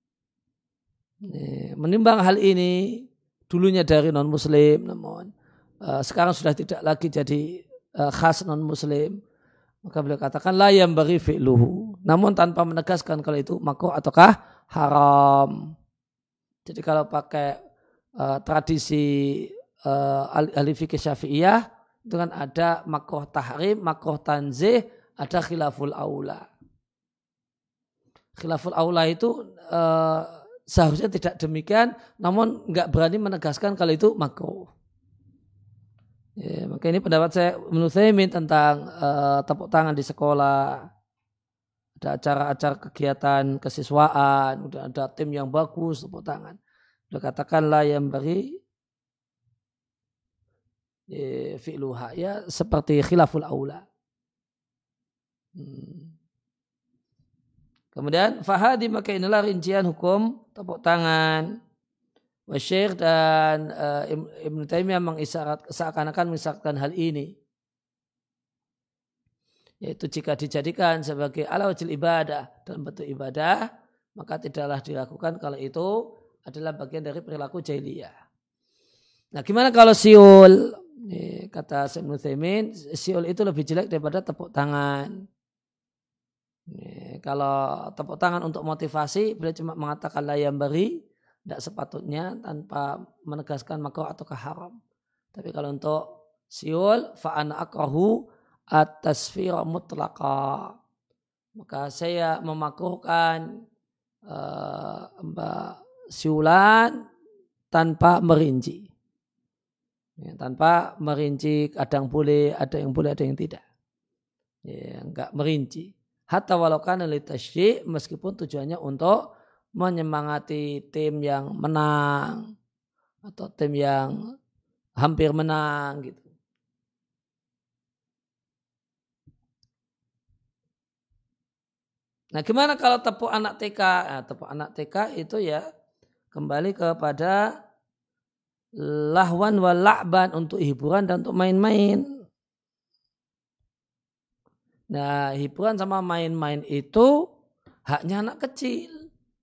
Menimbang hal ini dulunya dari non muslim namun uh, sekarang sudah tidak lagi jadi uh, khas non muslim, maka beliau katakan la yanbaghi fi'luhu, namun tanpa menegaskan kalau itu makruh ataukah haram. Jadi kalau pakai uh, tradisi uh, ahli fikih Syafi'iyah itu kan ada makruh tahrim, makruh tanzih, ada khilaful aula. Khilaful aula itu uh, seharusnya tidak demikian, namun nggak berani menegaskan kalau itu makruh. Ya, maka ini pendapat saya menurut saya tentang uh, tepuk tangan di sekolah, ada acara-acara kegiatan kesiswaan, udah ada tim yang bagus tepuk tangan. Udah katakanlah yang beri ya, fi'luha ya seperti khilaful aula. Hmm. Kemudian fahadi maka inilah rincian hukum tepuk tangan. Wasyekh dan uh, Ibnu Taimiyah mengisyarat seakan-akan mengisyaratkan hal ini. Yaitu jika dijadikan sebagai ala wajil ibadah dalam bentuk ibadah, maka tidaklah dilakukan kalau itu adalah bagian dari perilaku jahiliyah. Nah, gimana kalau siul? Nih, kata Ibnu Taimiyah, siul itu lebih jelek daripada tepuk tangan. Nih, kalau tepuk tangan untuk motivasi, beliau cuma mengatakan la yanbaghi, tidak sepatutnya tanpa menegaskan makruh atau haram. Tapi kalau untuk siul, fa ana akrahu at-tasfira mutlaqa. Maka saya memakruhkan uh, mbak siulan tanpa merinci. Ya, tanpa merinci, kadang boleh, ada yang boleh, ada yang tidak. Ya, enggak merinci. Hatta walau kana litasyi', meskipun tujuannya untuk menyemangati tim yang menang atau tim yang hampir menang gitu. Nah, gimana kalau tepuk anak T K? Nah, tepuk anak T K itu ya kembali kepada lahwan wa la'ban, untuk hiburan dan untuk main-main. Nah, hiburan sama main-main itu haknya anak kecil.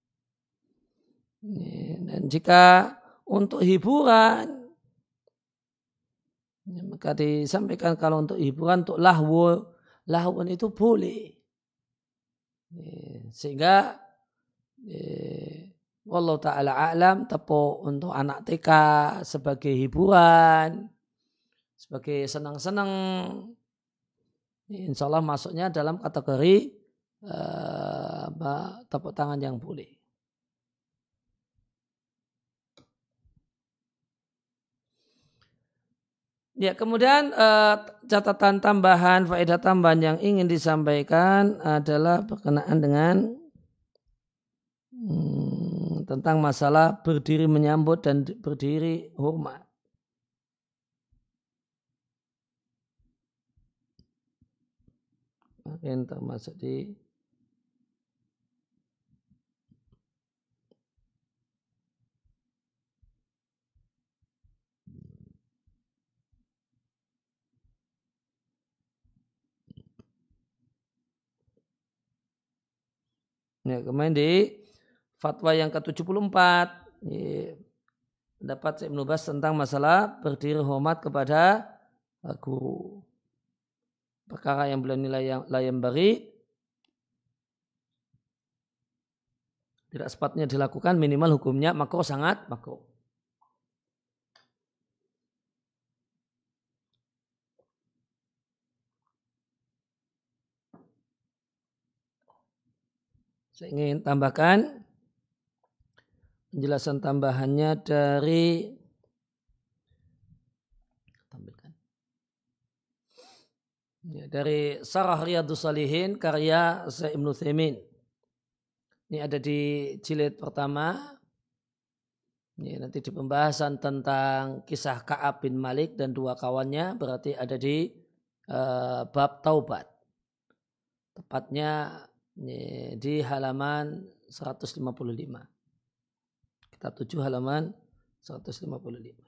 Dan jika untuk hiburan, maka disampaikan kalau untuk hiburan, untuk lahwu, lahwun itu boleh. Sehingga wallahu ta'ala a'lam, tepuk untuk anak T K sebagai hiburan, sebagai senang-senang, Insya Allah masuknya dalam kategori uh, tepuk tangan yang boleh. Ya, kemudian uh, catatan tambahan, faedah tambahan yang ingin disampaikan adalah berkenaan dengan hmm, tentang masalah berdiri menyambut dan berdiri hormat. Mungkin termasuk di ya, kemarin di fatwa yang ke tujuh puluh empat ya, pendapat Ibnu Baz tentang masalah berdiri hormat kepada guru. Perkara yang beliau nilai yang layan bari tidak sepatutnya dilakukan, minimal hukumnya makruh, sangat makruh. Saya ingin tambahkan penjelasan tambahannya dari tampilkan ya, dari Syarah Riyadhus Shalihin karya Syekh Ibnu Utsaimin. Ini ada di jilid pertama. Ini nanti di pembahasan tentang kisah Ka'ab bin Malik dan dua kawannya, berarti ada di uh, bab taubat. Tepatnya ini, di halaman seratus lima puluh lima. Kitab tujuh halaman seratus lima puluh lima.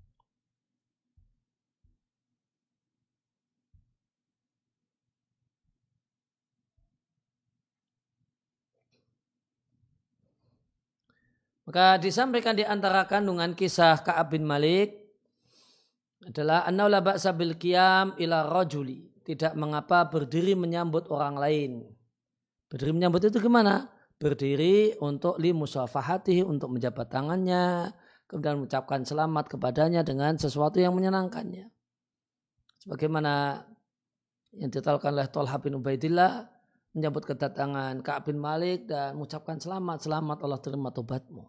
Maka disampaikan di antara kandungan kisah Ka'ab bin Malik adalah annahu la ba'sa bil qiyam ila rajuli. Tidak mengapa berdiri menyambut orang lain. Berdiri menyambut itu gimana? Berdiri untuk li musafahatihi, untuk menjabat tangannya, kemudian mengucapkan selamat kepadanya dengan sesuatu yang menyenangkannya. Sebagaimana yang diterangkan oleh Thalhah bin Ubaidillah, menyambut kedatangan Ka'ab bin Malik dan mengucapkan selamat, selamat Allah terima tobatmu.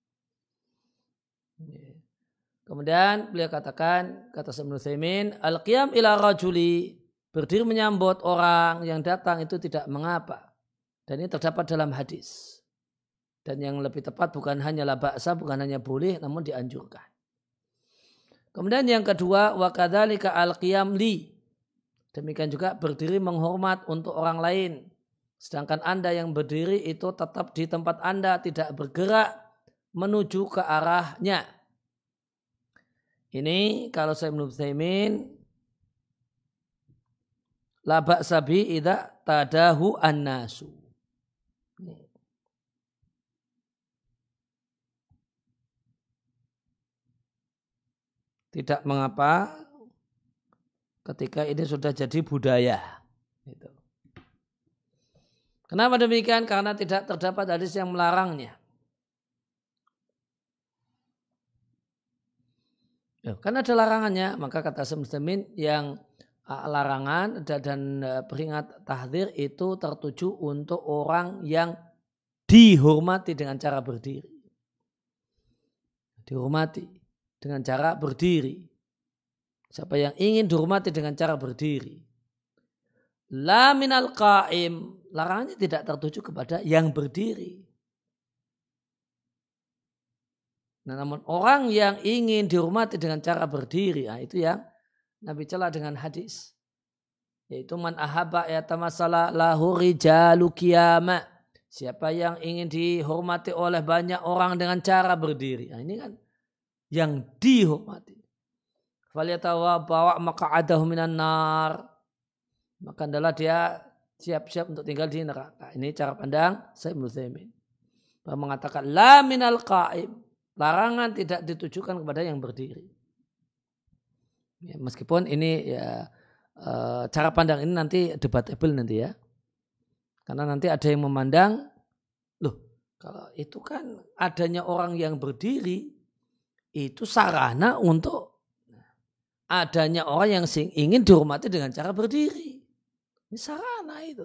Kemudian beliau katakan, kata Ibnu Utsaimin, al-qiyam ila rajuli, berdiri menyambut orang yang datang itu tidak mengapa. Dan ini terdapat dalam hadis. Dan yang lebih tepat bukan hanya la ba'sa, bukan hanya boleh, namun dianjurkan. Kemudian yang kedua, wa kadzalika al-qiyam li. Demikian juga berdiri menghormat untuk orang lain. Sedangkan Anda yang berdiri itu tetap di tempat Anda, tidak bergerak menuju ke arahnya. Ini kalau saya Ibnu Utsaimin, la ba'sa bi idza tadahu an-nasu. Tidak mengapa ketika ini sudah jadi budaya. Kenapa demikian? Karena tidak terdapat hadis yang melarangnya. Karena ada larangannya, maka kata Muslimin yang larangan dan peringat tahdzir itu tertuju untuk orang yang dihormati dengan cara berdiri. Dihormati dengan cara berdiri. Siapa yang ingin dihormati dengan cara berdiri. La minal qa'im. Larangannya tidak tertuju kepada yang berdiri. Nah, namun orang yang ingin dihormati dengan cara berdiri, nah itu yang Nabi celah dengan hadis. Yaitu man ahabba yatamasala lahu rijalu qiyama. Siapa yang ingin dihormati oleh banyak orang dengan cara berdiri. Nah ini kan yang dihormati. Falyatawa bawa maq'adahu minan nar. Maka adalah dia siap-siap untuk tinggal di neraka. Ini cara pandang Syekh Ibnu Utsaimin. Mengatakan la minal qa'im. Larangan tidak ditujukan kepada yang berdiri. Ya, meskipun ini ya e, cara pandang ini nanti debatable nanti ya. Karena nanti ada yang memandang, loh kalau itu kan adanya orang yang berdiri itu sarana untuk adanya orang yang ingin dihormati dengan cara berdiri. Ini sarana itu.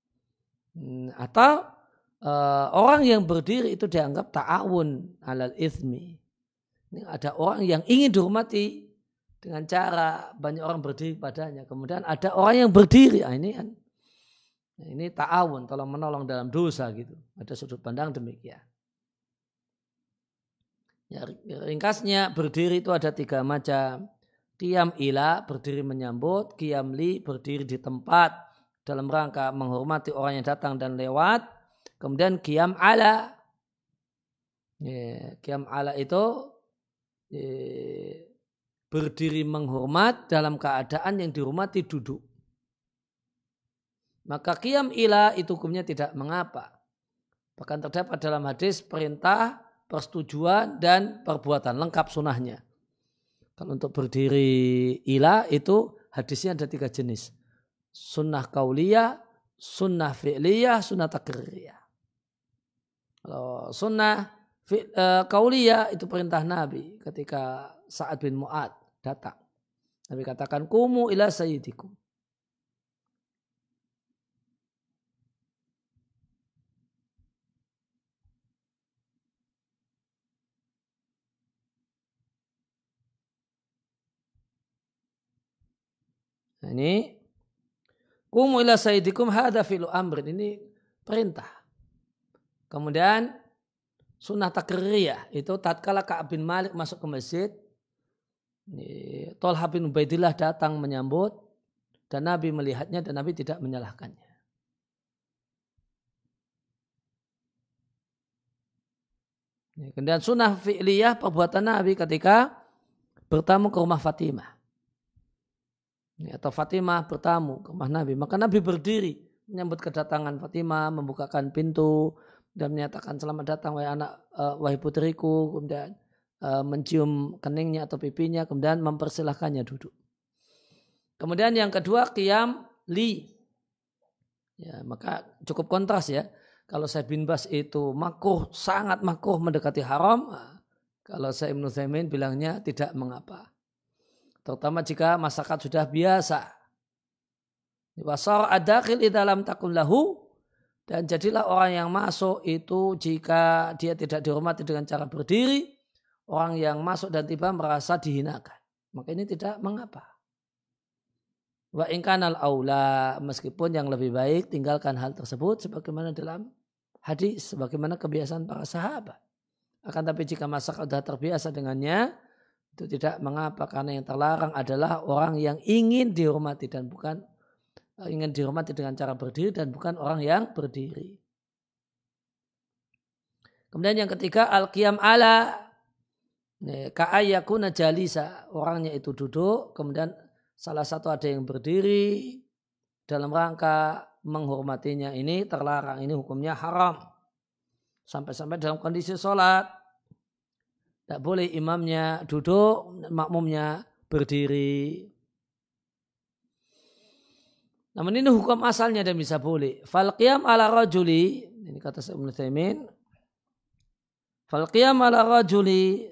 Atau uh, orang yang berdiri itu dianggap ta'awun alal ithmi. Ini ada orang yang ingin dihormati dengan cara banyak orang berdiri padanya. Kemudian ada orang yang berdiri. Nah, ini kan nah, ini ta'awun, tolong menolong dalam dosa gitu. Ada sudut pandang demikian. Ya, ringkasnya berdiri itu ada tiga macam. Qiyam ila, berdiri menyambut. Qiyam li, berdiri di tempat dalam rangka menghormati orang yang datang dan lewat. Kemudian qiyam ala. Ya, qiyam ala itu ya, berdiri menghormat dalam keadaan yang dihormati duduk. Maka qiyam ila itu hukumnya tidak mengapa. Bahkan terdapat dalam hadis perintah, persetujuan dan perbuatan lengkap sunahnya. Kalau untuk berdiri ila itu hadisnya ada tiga jenis. Sunnah kauliyah, sunnah fi'liyah, sunnah takririyah. Kalau sunnah kauliyah itu perintah Nabi ketika Sa'ad bin Mu'ad datang. Nabi katakan kumu ila sayyidikum. Nah, ini kumu ila sayyidikum hadza fi'lu amrin, ini perintah. Kemudian sunnah takririyah itu tatkala Ka'ab bin Malik masuk ke masjid, Thalhah bin Ubaidillah datang menyambut dan Nabi melihatnya dan Nabi tidak menyalahkannya. Kemudian sunnah fi'liyah perbuatan Nabi ketika bertamu ke rumah Fatimah. Atau Fatimah bertamu ke rumah Nabi. Maka Nabi berdiri menyambut kedatangan Fatimah, membukakan pintu dan menyatakan selamat datang wahai anak, uh, wahai putriku. Kemudian uh, mencium keningnya atau pipinya, kemudian mempersilahkannya duduk. Kemudian yang kedua qiyam li. Ya, maka cukup kontras ya. Kalau Syekh bin Bas itu makruh, sangat makruh mendekati haram. Kalau Syekh Ibnu Utsaimin bilangnya tidak mengapa. Terutama jika masyarakat sudah biasa. Wasar ad-dakhil idza lam takun lahu, dan jadilah orang yang masuk itu jika dia tidak dihormati dengan cara berdiri, orang yang masuk dan tiba merasa dihinakan. Maka ini tidak mengapa. Wa in kanal aula, meskipun yang lebih baik tinggalkan hal tersebut sebagaimana dalam hadis, sebagaimana kebiasaan para sahabat. Akan tapi jika masyarakat sudah terbiasa dengannya, itu tidak mengapa, karena yang terlarang adalah orang yang ingin dihormati dan bukan ingin dihormati dengan cara berdiri dan bukan orang yang berdiri. Kemudian yang ketiga al-qiyam ala ka'ayyakuna jalisa, orangnya itu duduk, kemudian salah satu ada yang berdiri dalam rangka menghormatinya. Ini terlarang, ini hukumnya haram. Sampai-sampai dalam kondisi sholat tidak boleh imamnya duduk, makmumnya berdiri. Namun ini hukum asalnya dan bisa boleh. Fal qiyam ala rajuli, ini kata Syekh Ibnu Utsaimin. Fal qiyam ala rajuli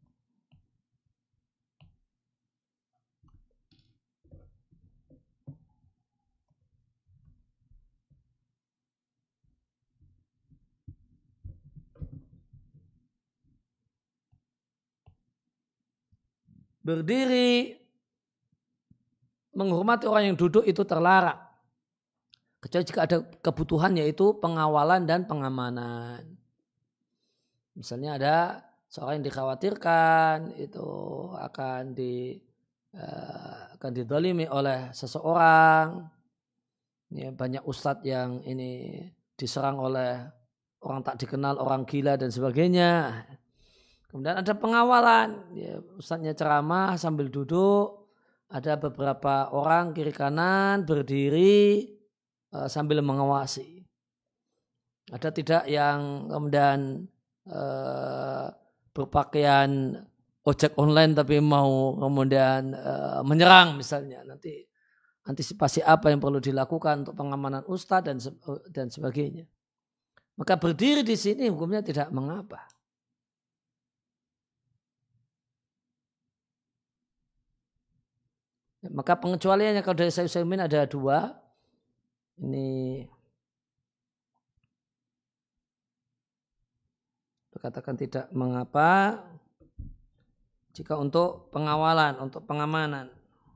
berdiri menghormati orang yang duduk itu terlarang. Kecuali jika ada kebutuhan, yaitu pengawalan dan pengamanan. Misalnya ada seorang yang dikhawatirkan itu akan di uh, akan didolimi oleh seseorang. Ya, banyak ustadz yang ini diserang oleh orang tak dikenal, orang gila dan sebagainya. Kemudian ada pengawalan, ya, ustadznya ceramah sambil duduk, ada beberapa orang kiri kanan berdiri uh, sambil mengawasi. Ada tidak yang kemudian uh, berpakaian ojek online tapi mau kemudian uh, menyerang misalnya. Nanti antisipasi apa yang perlu dilakukan untuk pengamanan ustadz dan dan sebagainya. Maka berdiri di sini hukumnya tidak mengapa. Maka pengecualiannya kalau dari Syekh Utsaimin ada dua. ini katakan tidak mengapa jika untuk pengawalan, untuk pengamanan.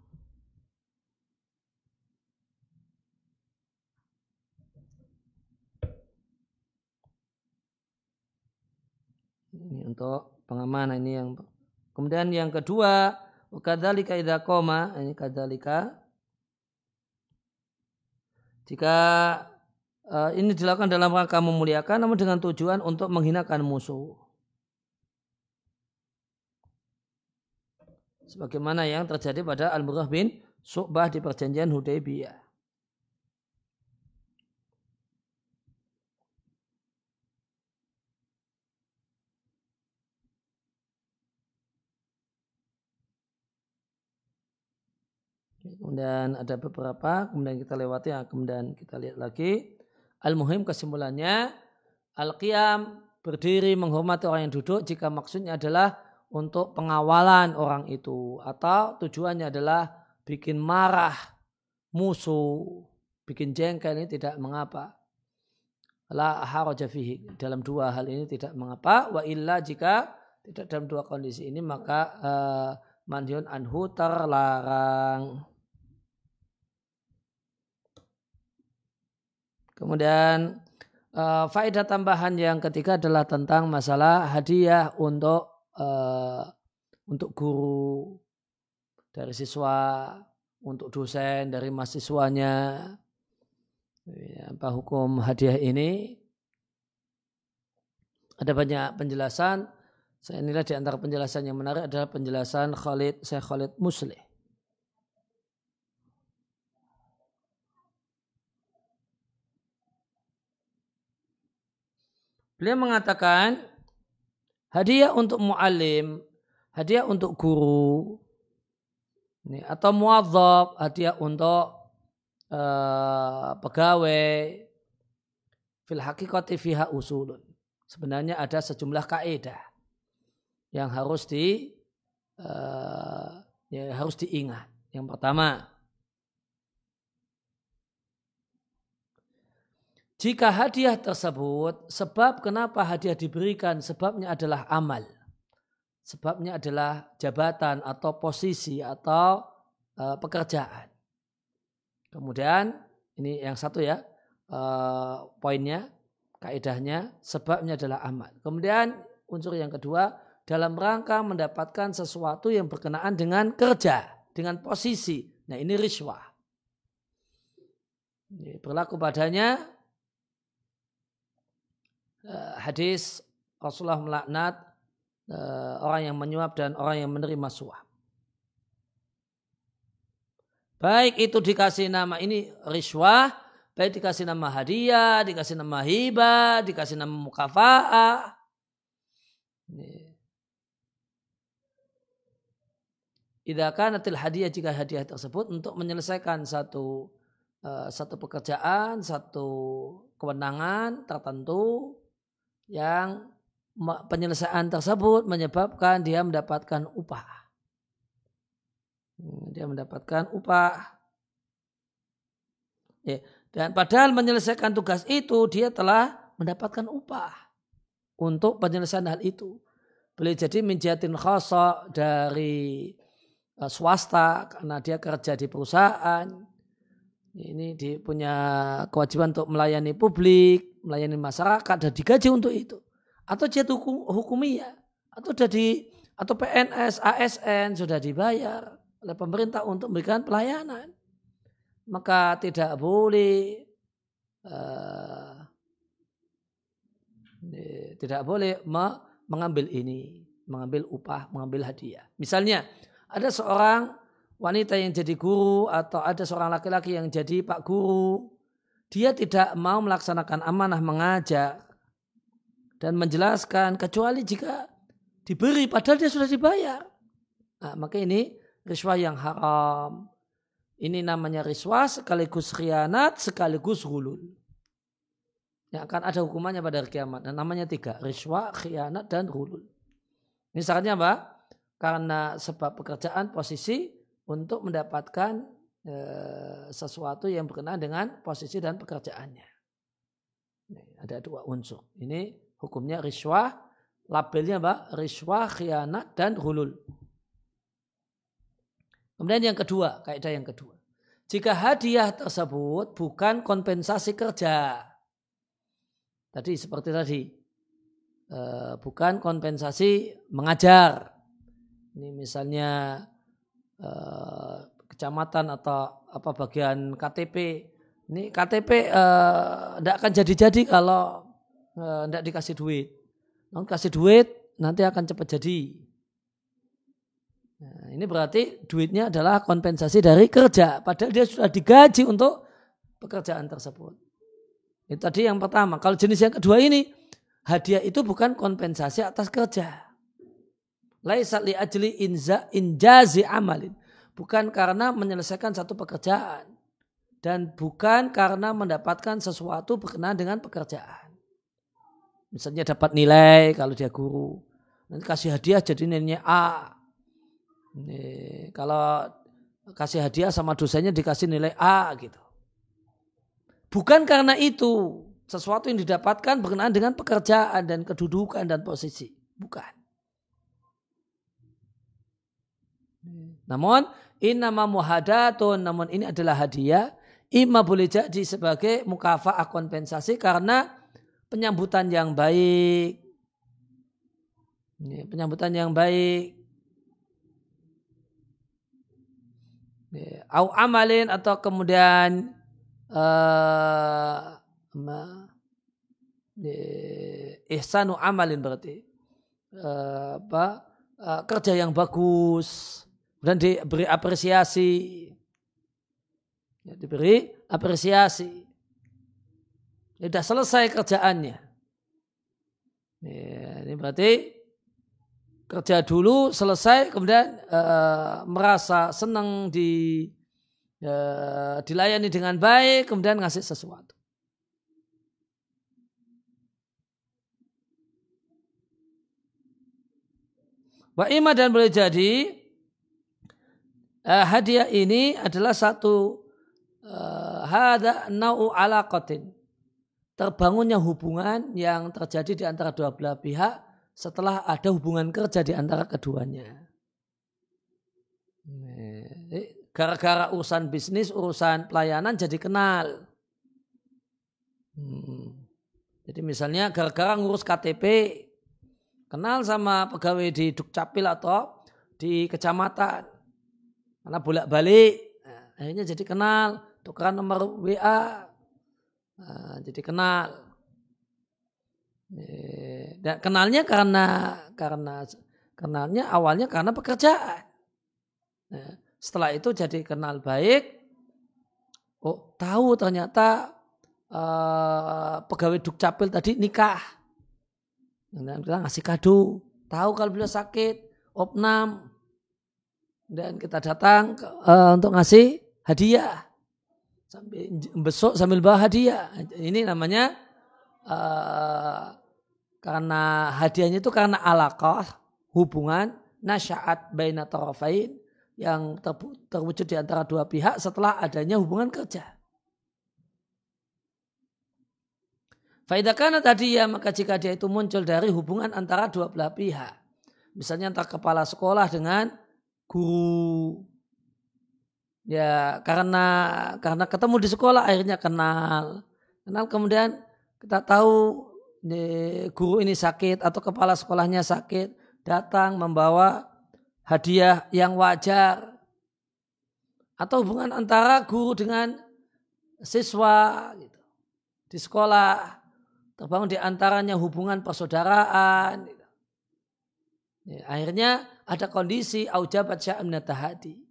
Ini untuk pengamanan ini yang. Kemudian yang kedua, kadzalika idza qoma, ini kadzalika jika uh, ini dilakukan dalam rangka memuliakan namun dengan tujuan untuk menghinakan musuh. Sebagaimana yang terjadi pada Al-Murrah bin Syu'bah di perjanjian Hudaybiyah. Kemudian ada beberapa, kemudian kita lewati, kemudian kita lihat lagi. Al-Muhim kesimpulannya, Al-Qiyam berdiri menghormati orang yang duduk jika maksudnya adalah untuk pengawalan orang itu. Atau tujuannya adalah bikin marah musuh, bikin jengkel, ini tidak mengapa. La haraja fihi, dalam dua hal ini tidak mengapa. Wa illa jika tidak dalam dua kondisi ini maka uh, manhyun anhu terlarang. Kemudian uh, faedah tambahan yang ketiga adalah tentang masalah hadiah untuk uh, untuk guru dari siswa, untuk dosen dari mahasiswanya. Apa hukum hadiah ini? Ada banyak penjelasan. Saya nilai di antara penjelasan yang menarik adalah penjelasan Khalid, Syekh Khalid Muslih. Beliau mengatakan hadiah untuk mu'alim, hadiah untuk guru, ini, atau muadzab, hadiah untuk uh, pegawai, fil haqiqati fiha usulun. Sebenarnya ada sejumlah kaidah yang harus di uh, ya, harus diingat. Yang pertama, jika hadiah tersebut, sebab kenapa hadiah diberikan, sebabnya adalah amal. Sebabnya adalah jabatan atau posisi atau uh, pekerjaan. Kemudian, ini yang satu ya, uh, poinnya, kaidahnya, sebabnya adalah amal. Kemudian unsur yang kedua, dalam rangka mendapatkan sesuatu yang berkenaan dengan kerja, dengan posisi. Nah ini riswah. Ini berlaku padanya hadis Rasulullah melaknat uh, orang yang menyuap dan orang yang menerima suap. Baik itu dikasih nama ini riswah, baik dikasih nama hadiah, dikasih nama hibah, dikasih nama mukafa'ah. Idza kanatil hadiah, jika hadiah tersebut untuk menyelesaikan satu uh, satu pekerjaan, satu kewenangan tertentu, yang penyelesaian tersebut menyebabkan dia mendapatkan upah. Dia mendapatkan upah. Ya, dan padahal menyelesaikan tugas itu dia telah mendapatkan upah untuk penyelesaian hal itu. Boleh jadi minjatin khasa dari uh, swasta karena dia kerja di perusahaan. Ini dia punya kewajiban untuk melayani publik, melayani masyarakat dan digaji untuk itu. Atau jatuh hukum, hukumiyah, atau jadi atau P N S, A S N sudah dibayar oleh pemerintah untuk memberikan pelayanan. Maka tidak boleh uh, tidak boleh me, mengambil ini, mengambil upah, mengambil hadiah. Misalnya ada seorang wanita yang jadi guru atau ada seorang laki-laki yang jadi pak guru, dia tidak mau melaksanakan amanah mengajar dan menjelaskan kecuali jika diberi padahal dia sudah dibayar. Nah, maka ini riswah yang haram. Ini namanya riswah sekaligus khianat sekaligus ghulul. Yang akan ada hukumannya pada hari kiamat. Dan namanya tiga, riswah, khianat dan ghulul. Ini syaratnya apa? Karena sebab pekerjaan posisi untuk mendapatkan eh, sesuatu yang berkenaan dengan posisi dan pekerjaannya. Ini ada dua unsur. Ini hukumnya riswah, labelnya apa? Riswah, khianat, dan hulul. Kemudian yang kedua, kaidah yang kedua. Jika hadiah tersebut bukan kompensasi kerja. Tadi seperti tadi. Eh, bukan kompensasi mengajar. Ini misalnya eh, kecamatan atau apa bagian K T P. Ini K T P tidak eh, akan jadi-jadi kalau tidak eh, dikasih duit. Namun kasih duit nanti akan cepat jadi. Nah, ini berarti duitnya adalah kompensasi dari kerja. Padahal dia sudah digaji untuk pekerjaan tersebut. Itu tadi yang pertama. Kalau jenis yang kedua ini, hadiah itu bukan kompensasi atas kerja. Laisat li ajli inza injazi amalin. Bukan karena menyelesaikan satu pekerjaan. Dan bukan karena mendapatkan sesuatu berkenaan dengan pekerjaan. Misalnya dapat nilai kalau dia guru. Nanti kasih hadiah jadi nilainya A. Ini, kalau kasih hadiah sama dosennya dikasih nilai A gitu. Bukan karena itu sesuatu yang didapatkan berkenaan dengan pekerjaan dan kedudukan dan posisi. Bukan. Namun innama muhadatun, namun ini adalah hadiah. Ima boleh jadi sebagai mukafa'ah kompensasi karena penyambutan yang baik. Ini, penyambutan yang baik. Au amalin atau kemudian uh, ihsanu amalin berarti uh, apa uh, kerja yang bagus dan diberi apresiasi, ya, diberi apresiasi, ya, sudah selesai kerjaannya. Ya, ini berarti kerja dulu selesai kemudian uh, merasa senang di uh, dilayani dengan baik kemudian ngasih sesuatu. Wa ima dan boleh jadi uh, hadiah ini adalah satu uh, hada nau'u alaqatin. Terbangunnya hubungan yang terjadi di antara dua belah pihak setelah ada hubungan kerja di antara keduanya. Gara-gara urusan bisnis, urusan pelayanan jadi kenal. Hmm. Jadi misalnya gara-gara ngurus K T P, kenal sama pegawai di Dukcapil atau di kecamatan. Karena bolak-balik, nah, akhirnya jadi kenal. Tukeran nomor W A, nah, jadi kenal. Dan kenalnya karena karena kenalnya awalnya karena pekerjaan. Nah, setelah itu jadi kenal baik. Oh, tahu ternyata uh, pegawai Dukcapil tadi nikah. Dan kita ngasih kado. Tahu kalau beliau sakit, opnam. Dan kita datang uh, untuk ngasih hadiah. Sambil besok sambil bawa hadiah. Ini namanya uh, karena hadiahnya itu karena alaqah, hubungan nasya'at baina tarafain yang terwujud di antara dua pihak setelah adanya hubungan kerja. Fa idza kana tadi ya, maka jika dia itu muncul dari hubungan antara dua belah pihak. Misalnya antara kepala sekolah dengan guru. Ya, karena karena ketemu di sekolah akhirnya kenal. Kenal kemudian kita tahu guru ini sakit atau kepala sekolahnya sakit, datang membawa hadiah yang wajar. Atau hubungan antara guru dengan siswa gitu. Di sekolah terbangun di antaranya hubungan persaudaraan gitu. Ya, akhirnya ada kondisi aujabat sya'am natahadi.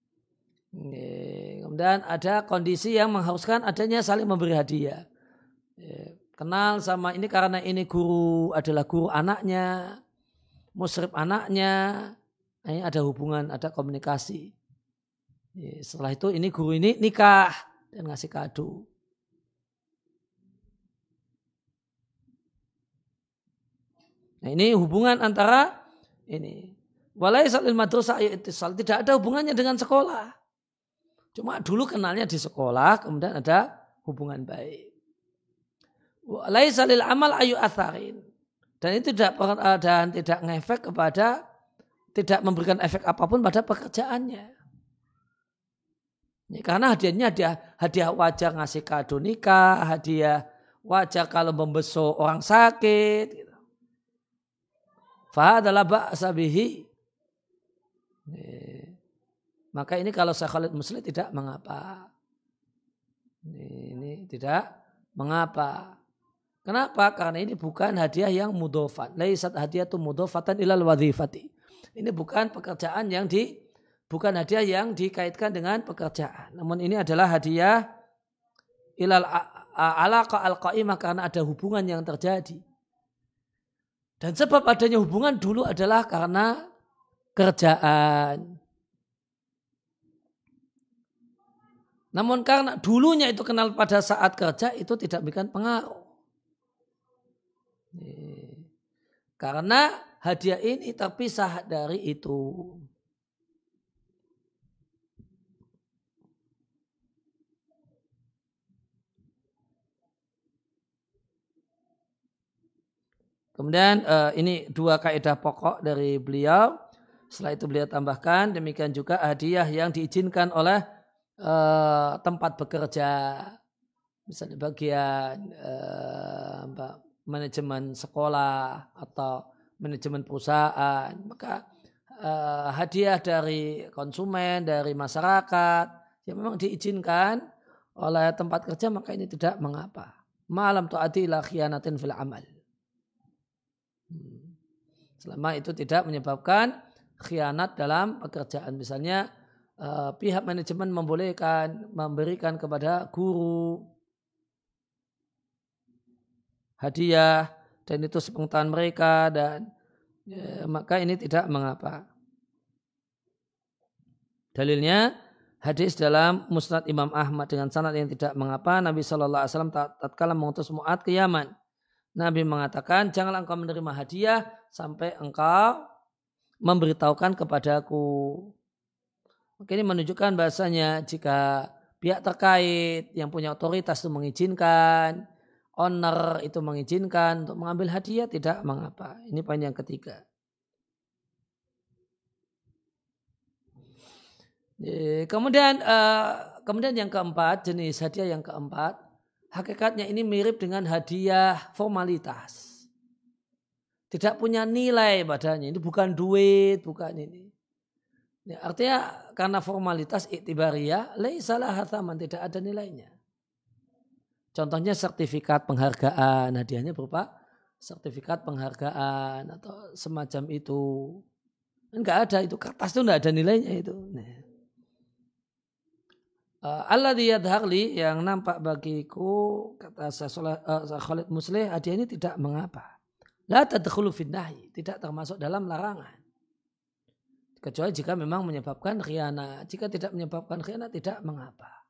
Ya, kemudian ada kondisi yang mengharuskan adanya saling memberi hadiah. Ya, kenal sama ini karena ini guru adalah guru anaknya, musyrif anaknya, ini ada hubungan, ada komunikasi. Setelah itu ini guru ini nikah dan ngasih kado. Nah, ini hubungan antara ini. Walaisal madrasah ittisal, tidak ada hubungannya dengan sekolah. Cuma dulu kenalnya di sekolah, kemudian ada hubungan baik. Laisa lil amal ayu atharin. Dan itu tidak dan tidak ngefek kepada, tidak memberikan efek apapun pada pekerjaannya. Ya, karena hadiahnya hadiah, hadiah wajar ngasih kado nikah, hadiah wajar kalau membesuk orang sakit. Gitu. Fahadalah ba'sa bihi. Maka ini kalau Syekh Khalid Muslim tidak mengapa. Ini, ini tidak mengapa. Kenapa? Karena ini bukan hadiah yang mudhofat. Laisat hadiyatu mudhofatan ilal wadhifati. Ini bukan pekerjaan yang di bukan hadiah yang dikaitkan dengan pekerjaan. Namun ini adalah hadiah ilal alaqa al-qaimah karena ada hubungan yang terjadi. Dan sebab adanya hubungan dulu adalah karena kerjaan. Namun karena dulunya itu kenal pada saat kerja itu tidak memberikan pengaruh. Karena hadiah ini terpisah dari itu. Kemudian uh, ini dua kaidah pokok dari beliau. Setelah itu beliau tambahkan demikian juga hadiah yang diizinkan oleh uh, tempat bekerja. Misalnya bagian uh, manajemen sekolah atau manajemen perusahaan, maka uh, hadiah dari konsumen, dari masyarakat yang memang diizinkan oleh tempat kerja, maka ini tidak mengapa. Ma'lam tu'ati ila khiyanatin fil amal. Selama itu tidak menyebabkan khianat dalam pekerjaan. Misalnya uh, pihak manajemen membolehkan memberikan kepada guru hadiah dan itu sepengetahuan mereka dan ya, maka ini tidak mengapa. Dalilnya hadis dalam Musnad Imam Ahmad dengan sanad yang tidak mengapa. Nabi shallallahu alaihi wasallam tatkala mengutus Mu'adz ke Yaman, Nabi mengatakan janganlah engkau menerima hadiah sampai engkau memberitahukan kepadaku. Maka ini menunjukkan bahasanya jika pihak terkait yang punya otoritas itu mengizinkan, owner itu mengizinkan untuk mengambil hadiah tidak mengapa. Ini poin yang ketiga. Kemudian kemudian yang keempat, jenis hadiah yang keempat, hakikatnya ini mirip dengan hadiah formalitas. Tidak punya nilai padanya. Ini bukan duit, bukan ini. Ya, artinya karena formalitas iktibariyah, laisalah hathaman, tidak ada nilainya. Contohnya sertifikat penghargaan, hadiahnya berupa sertifikat penghargaan atau semacam itu. Enggak ada itu, kertas itu enggak ada nilainya itu. Nah. Uh, alladzi yadhhar li, yang nampak bagiku, kata Syekh Khalid Muslim, hadiah ini tidak mengapa. La tadkhulu fin nahi, tidak termasuk dalam larangan. Kecuali jika memang menyebabkan khianat. Jika tidak menyebabkan khianat tidak mengapa.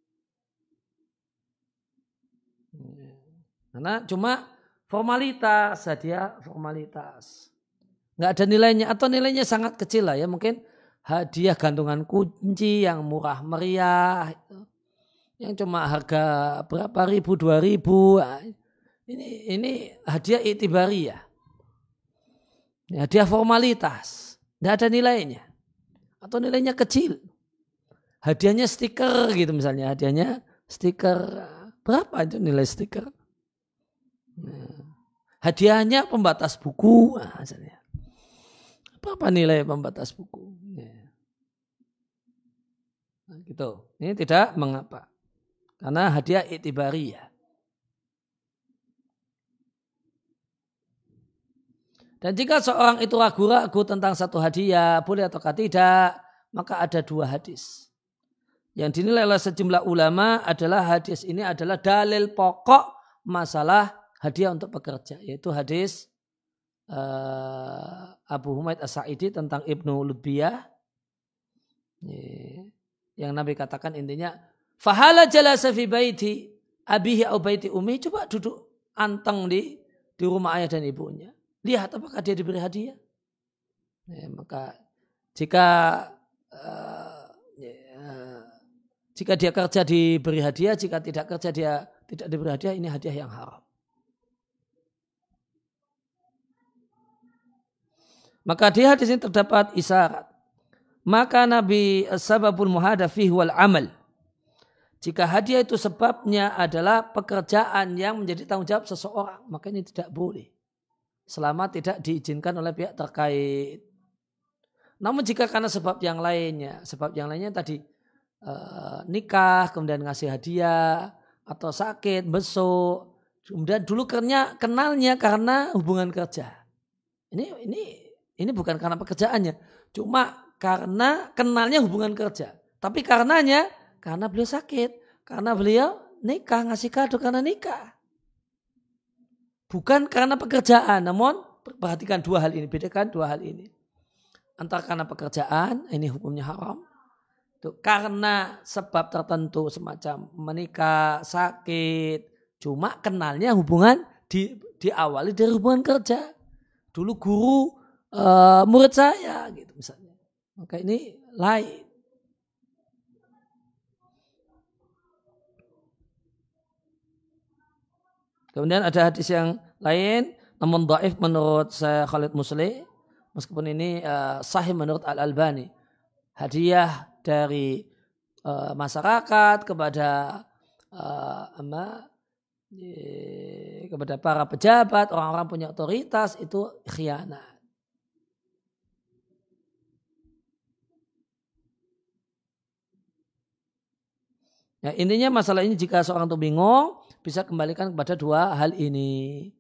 Karena cuma formalitas, hadiah formalitas. Enggak ada nilainya atau nilainya sangat kecil lah ya, mungkin hadiah gantungan kunci yang murah meriah yang cuma harga berapa ribu, dua ribu. Ini ini hadiah iktibariyah. Hadiah formalitas. Tidak ada nilainya. Atau nilainya kecil. Hadiahnya stiker gitu misalnya. Hadiahnya stiker. Berapa itu nilai stiker? Nah, hadiahnya pembatas buku. Nah, misalnya. Berapa nilai pembatas buku? Nah, gitu. Ini tidak mengapa. Karena hadiah iktibariyah. Dan jika seorang itu ragu-ragu tentang satu hadiah, boleh atau tidak, maka ada dua hadis. Yang dinilai oleh sejumlah ulama adalah hadis ini adalah dalil pokok masalah hadiah untuk pekerja. Yaitu hadis uh, Abu Humaid As-Sa'idi tentang Ibnu Lubiyah. Yang Nabi katakan intinya, fahala jalasa fi baiti abihi au baiti ummi, coba duduk anteng di di rumah ayah dan ibunya. Lihat apakah dia diberi hadiah. Ya, maka jika uh, ya, Jika dia kerja diberi hadiah, jika tidak kerja dia tidak diberi hadiah, ini hadiah yang haram. Maka di hadis ini terdapat isyarat. Maka Nabi sababul muhada fihi wal amal. Jika hadiah itu sebabnya adalah pekerjaan yang menjadi tanggung jawab seseorang, maka ini tidak boleh. Selama tidak diizinkan oleh pihak terkait. Namun jika karena sebab yang lainnya, sebab yang lainnya tadi eh, nikah, kemudian ngasih hadiah, atau sakit, besuk, kemudian dulu kernya, kenalnya karena hubungan kerja. Ini ini ini bukan karena pekerjaannya, cuma karena kenalnya hubungan kerja. Tapi karenanya, karena beliau sakit, karena beliau nikah, ngasih kado karena nikah. Bukan karena pekerjaan, namun perhatikan dua hal ini, bedakan dua hal ini. Antara karena pekerjaan, ini hukumnya haram. Itu karena sebab tertentu semacam menikah, sakit, cuma kenalnya hubungan di, diawali dari hubungan kerja. Dulu guru uh, murid saya, gitu misalnya. Maka ini lain. Kemudian ada hadis yang lain, namun dhaif menurut saya Khalid Musli, meskipun ini uh, sahih menurut Al-Albani. Hadiah dari uh, masyarakat kepada uh, ama, ye, kepada para pejabat, orang-orang punya otoritas itu khianat. Ya, intinya masalah ini jika seorang itu bingung, bisa kembalikan kepada dua hal ini.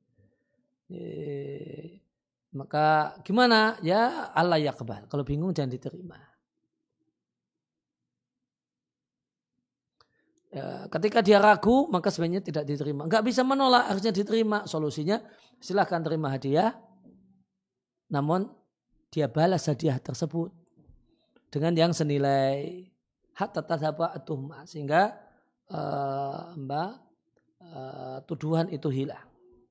E, maka gimana? Ya Allah yaqbal. Kalau bingung jangan diterima. Ya, ketika dia ragu, maka sebenarnya tidak diterima. Enggak bisa menolak, harusnya diterima. Solusinya silahkan terima hadiah. Namun dia balas hadiah tersebut dengan yang senilai hatta tadhaba at-tuhmah, sehingga uh, mbak uh, tuduhan itu hilang.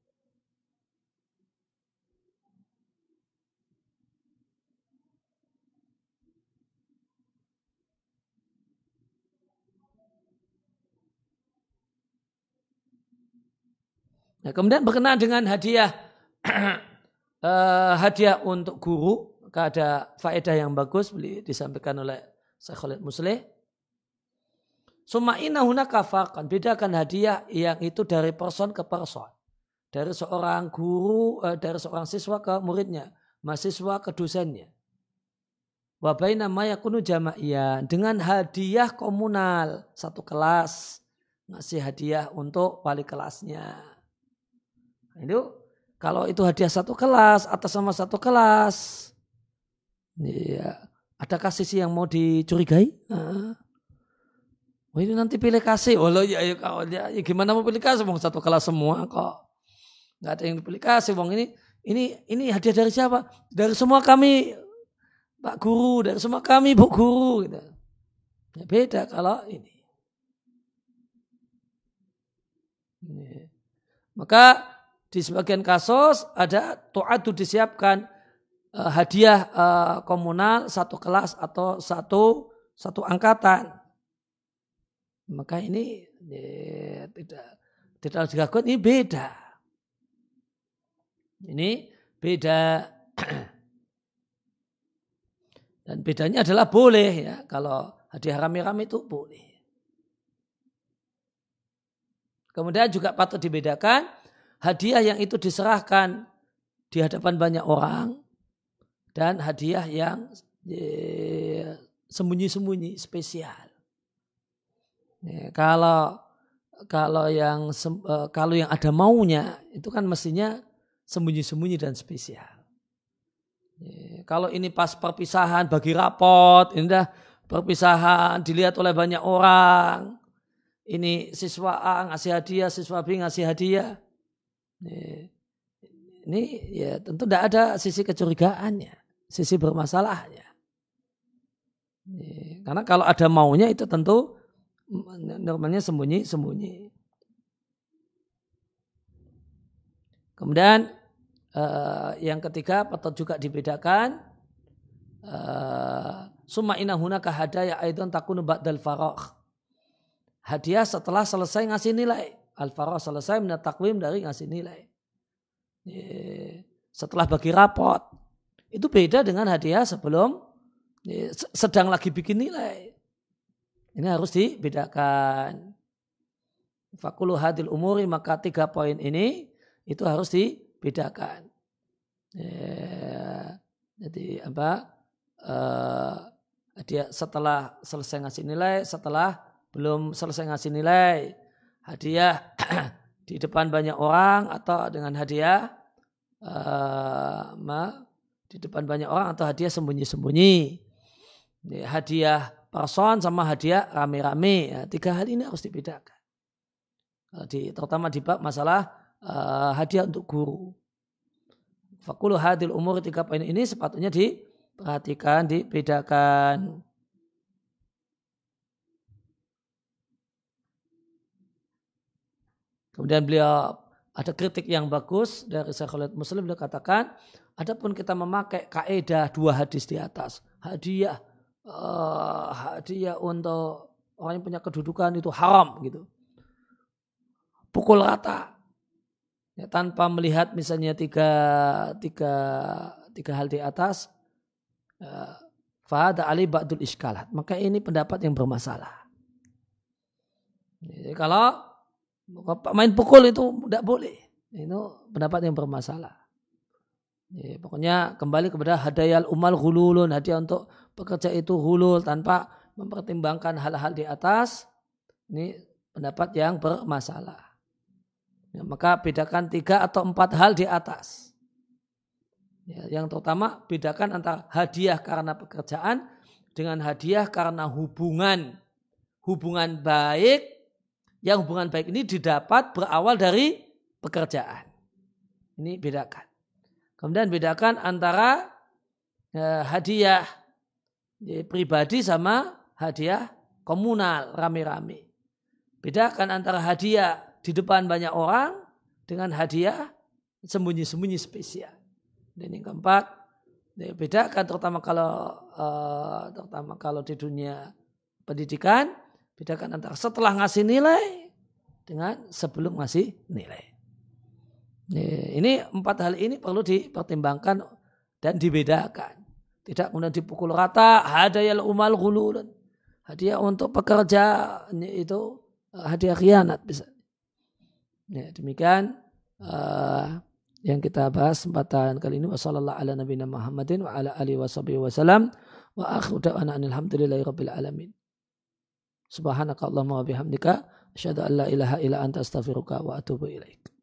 Nah, kemudian berkenaan dengan hadiah uh, hadiah untuk guru, maka ada faedah yang bagus disampaikan oleh Syekh Khalid Musli. Summa inna hunaka farqan, bedakan hadiah yang itu dari person ke person. Dari seorang guru, eh, dari seorang siswa ke muridnya, mahasiswa ke dosennya. Wa baina ma yakunu jama'iyyan, dengan hadiah komunal, satu kelas ngasih hadiah untuk wali kelasnya. Itu kalau itu hadiah satu kelas atas sama satu kelas, ya, adakah sisi yang mau dicurigai? Nah. Oh ini nanti pilih kasih, oh ya, ya, ya, ya gimana mau pilih kasih? Wong satu kelas semua kok, nggak ada yang dipilih kasih. Wong ini ini ini hadiah dari siapa? Dari semua kami, Pak Guru, dari semua kami Bu Guru. Gitu. Ya, beda kalau ini. ini. Maka di sebagian kasus ada tu'adu disiapkan uh, hadiah uh, komunal satu kelas atau satu satu angkatan. Maka ini ya, tidak tidak harus dilakukan, ini beda. Ini beda. Dan bedanya adalah boleh ya, kalau hadiah rame-rame itu boleh. Kemudian juga patut dibedakan hadiah yang itu diserahkan di hadapan banyak orang dan hadiah yang ya, sembunyi-sembunyi spesial. Ya, kalau kalau yang uh, kalau yang ada maunya itu kan mestinya sembunyi-sembunyi dan spesial. Ya, kalau ini pas perpisahan bagi rapot, ini dah perpisahan dilihat oleh banyak orang. Ini siswa A ngasih hadiah, siswa B ngasih hadiah. Ya, ini ya tentu tidak ada sisi kecurigaannya, sisi bermasalahnya. Ya, karena kalau ada maunya itu tentu normalnya sembunyi-sembunyi. Kemudian uh, yang ketiga patut juga dibedakan uh, summa inna hunaka hadaya aidan takunu ba'dal faragh. hadiah setelah selesai ngasih nilai. Al-farah selesai minat takwim dari ngasih nilai. Setelah bagi rapot. Itu beda dengan hadiah sebelum sedang lagi bikin nilai. Ini harus dibedakan. Fakulu hadil umuri, maka tiga poin ini itu harus dibedakan. Ya, jadi apa? Uh, hadiah setelah selesai ngasih nilai, setelah belum selesai ngasih nilai. Hadiah di depan banyak orang atau dengan hadiah uh, ma, di depan banyak orang atau hadiah sembunyi-sembunyi. Hadiah person sama hadiah rame-rame. Ya, tiga hal ini harus dibedakan. Di, terutama di bab masalah uh, hadiah untuk guru. Fakulu hadil umur, tiga poin ini sepatutnya diperhatikan, dibedakan. Kemudian beliau ada kritik yang bagus dari Syekh Khalid Muslim, beliau katakan, adapun kita memakai kaidah dua hadis di atas, hadiah uh, hadiah untuk orang yang punya kedudukan itu haram gitu. Pukul rata. Ya, tanpa melihat misalnya tiga, tiga, tiga hal di atas, uh, fahada ali ba'dul iskalat. Maka ini pendapat yang bermasalah. Jadi kalau main pukul itu tidak boleh. Itu pendapat yang bermasalah. Ya, pokoknya kembali kepada hadayal umal ghululun. Hadiah untuk pekerja itu ghulul tanpa mempertimbangkan hal-hal di atas. Ini pendapat yang bermasalah. Ya, maka bedakan tiga atau empat hal di atas. Ya, yang terutama bedakan antara hadiah karena pekerjaan dengan hadiah karena hubungan. Hubungan baik. Yang hubungan baik ini didapat berawal dari pekerjaan. Ini bedakan. Kemudian bedakan antara eh, hadiah eh, pribadi sama hadiah komunal, rame-rame. Bedakan antara hadiah di depan banyak orang dengan hadiah sembunyi-sembunyi spesial. Dan yang keempat, eh, bedakan terutama kalau eh, terutama kalau di dunia pendidikan, bedakan antara setelah ngasih nilai dengan sebelum ngasih nilai. Ini empat hal ini perlu dipertimbangkan dan dibedakan. Tidak kemudian dipukul rata, hadayal umal ghululun. Hadiah untuk pekerja itu hadiah khianat bisa. Ya, demikian uh, yang kita bahas kesempatan kali ini. Wassallallahu ala nabiyina Muhammadin wa ala alihi washabihi wasallam wa akhiru da'wana alhamdulillahi rabbil alamin. Subhanakallahumma wa bihamdika asyhadu an la ilaha illa anta astaghfiruka wa atubu ilaik.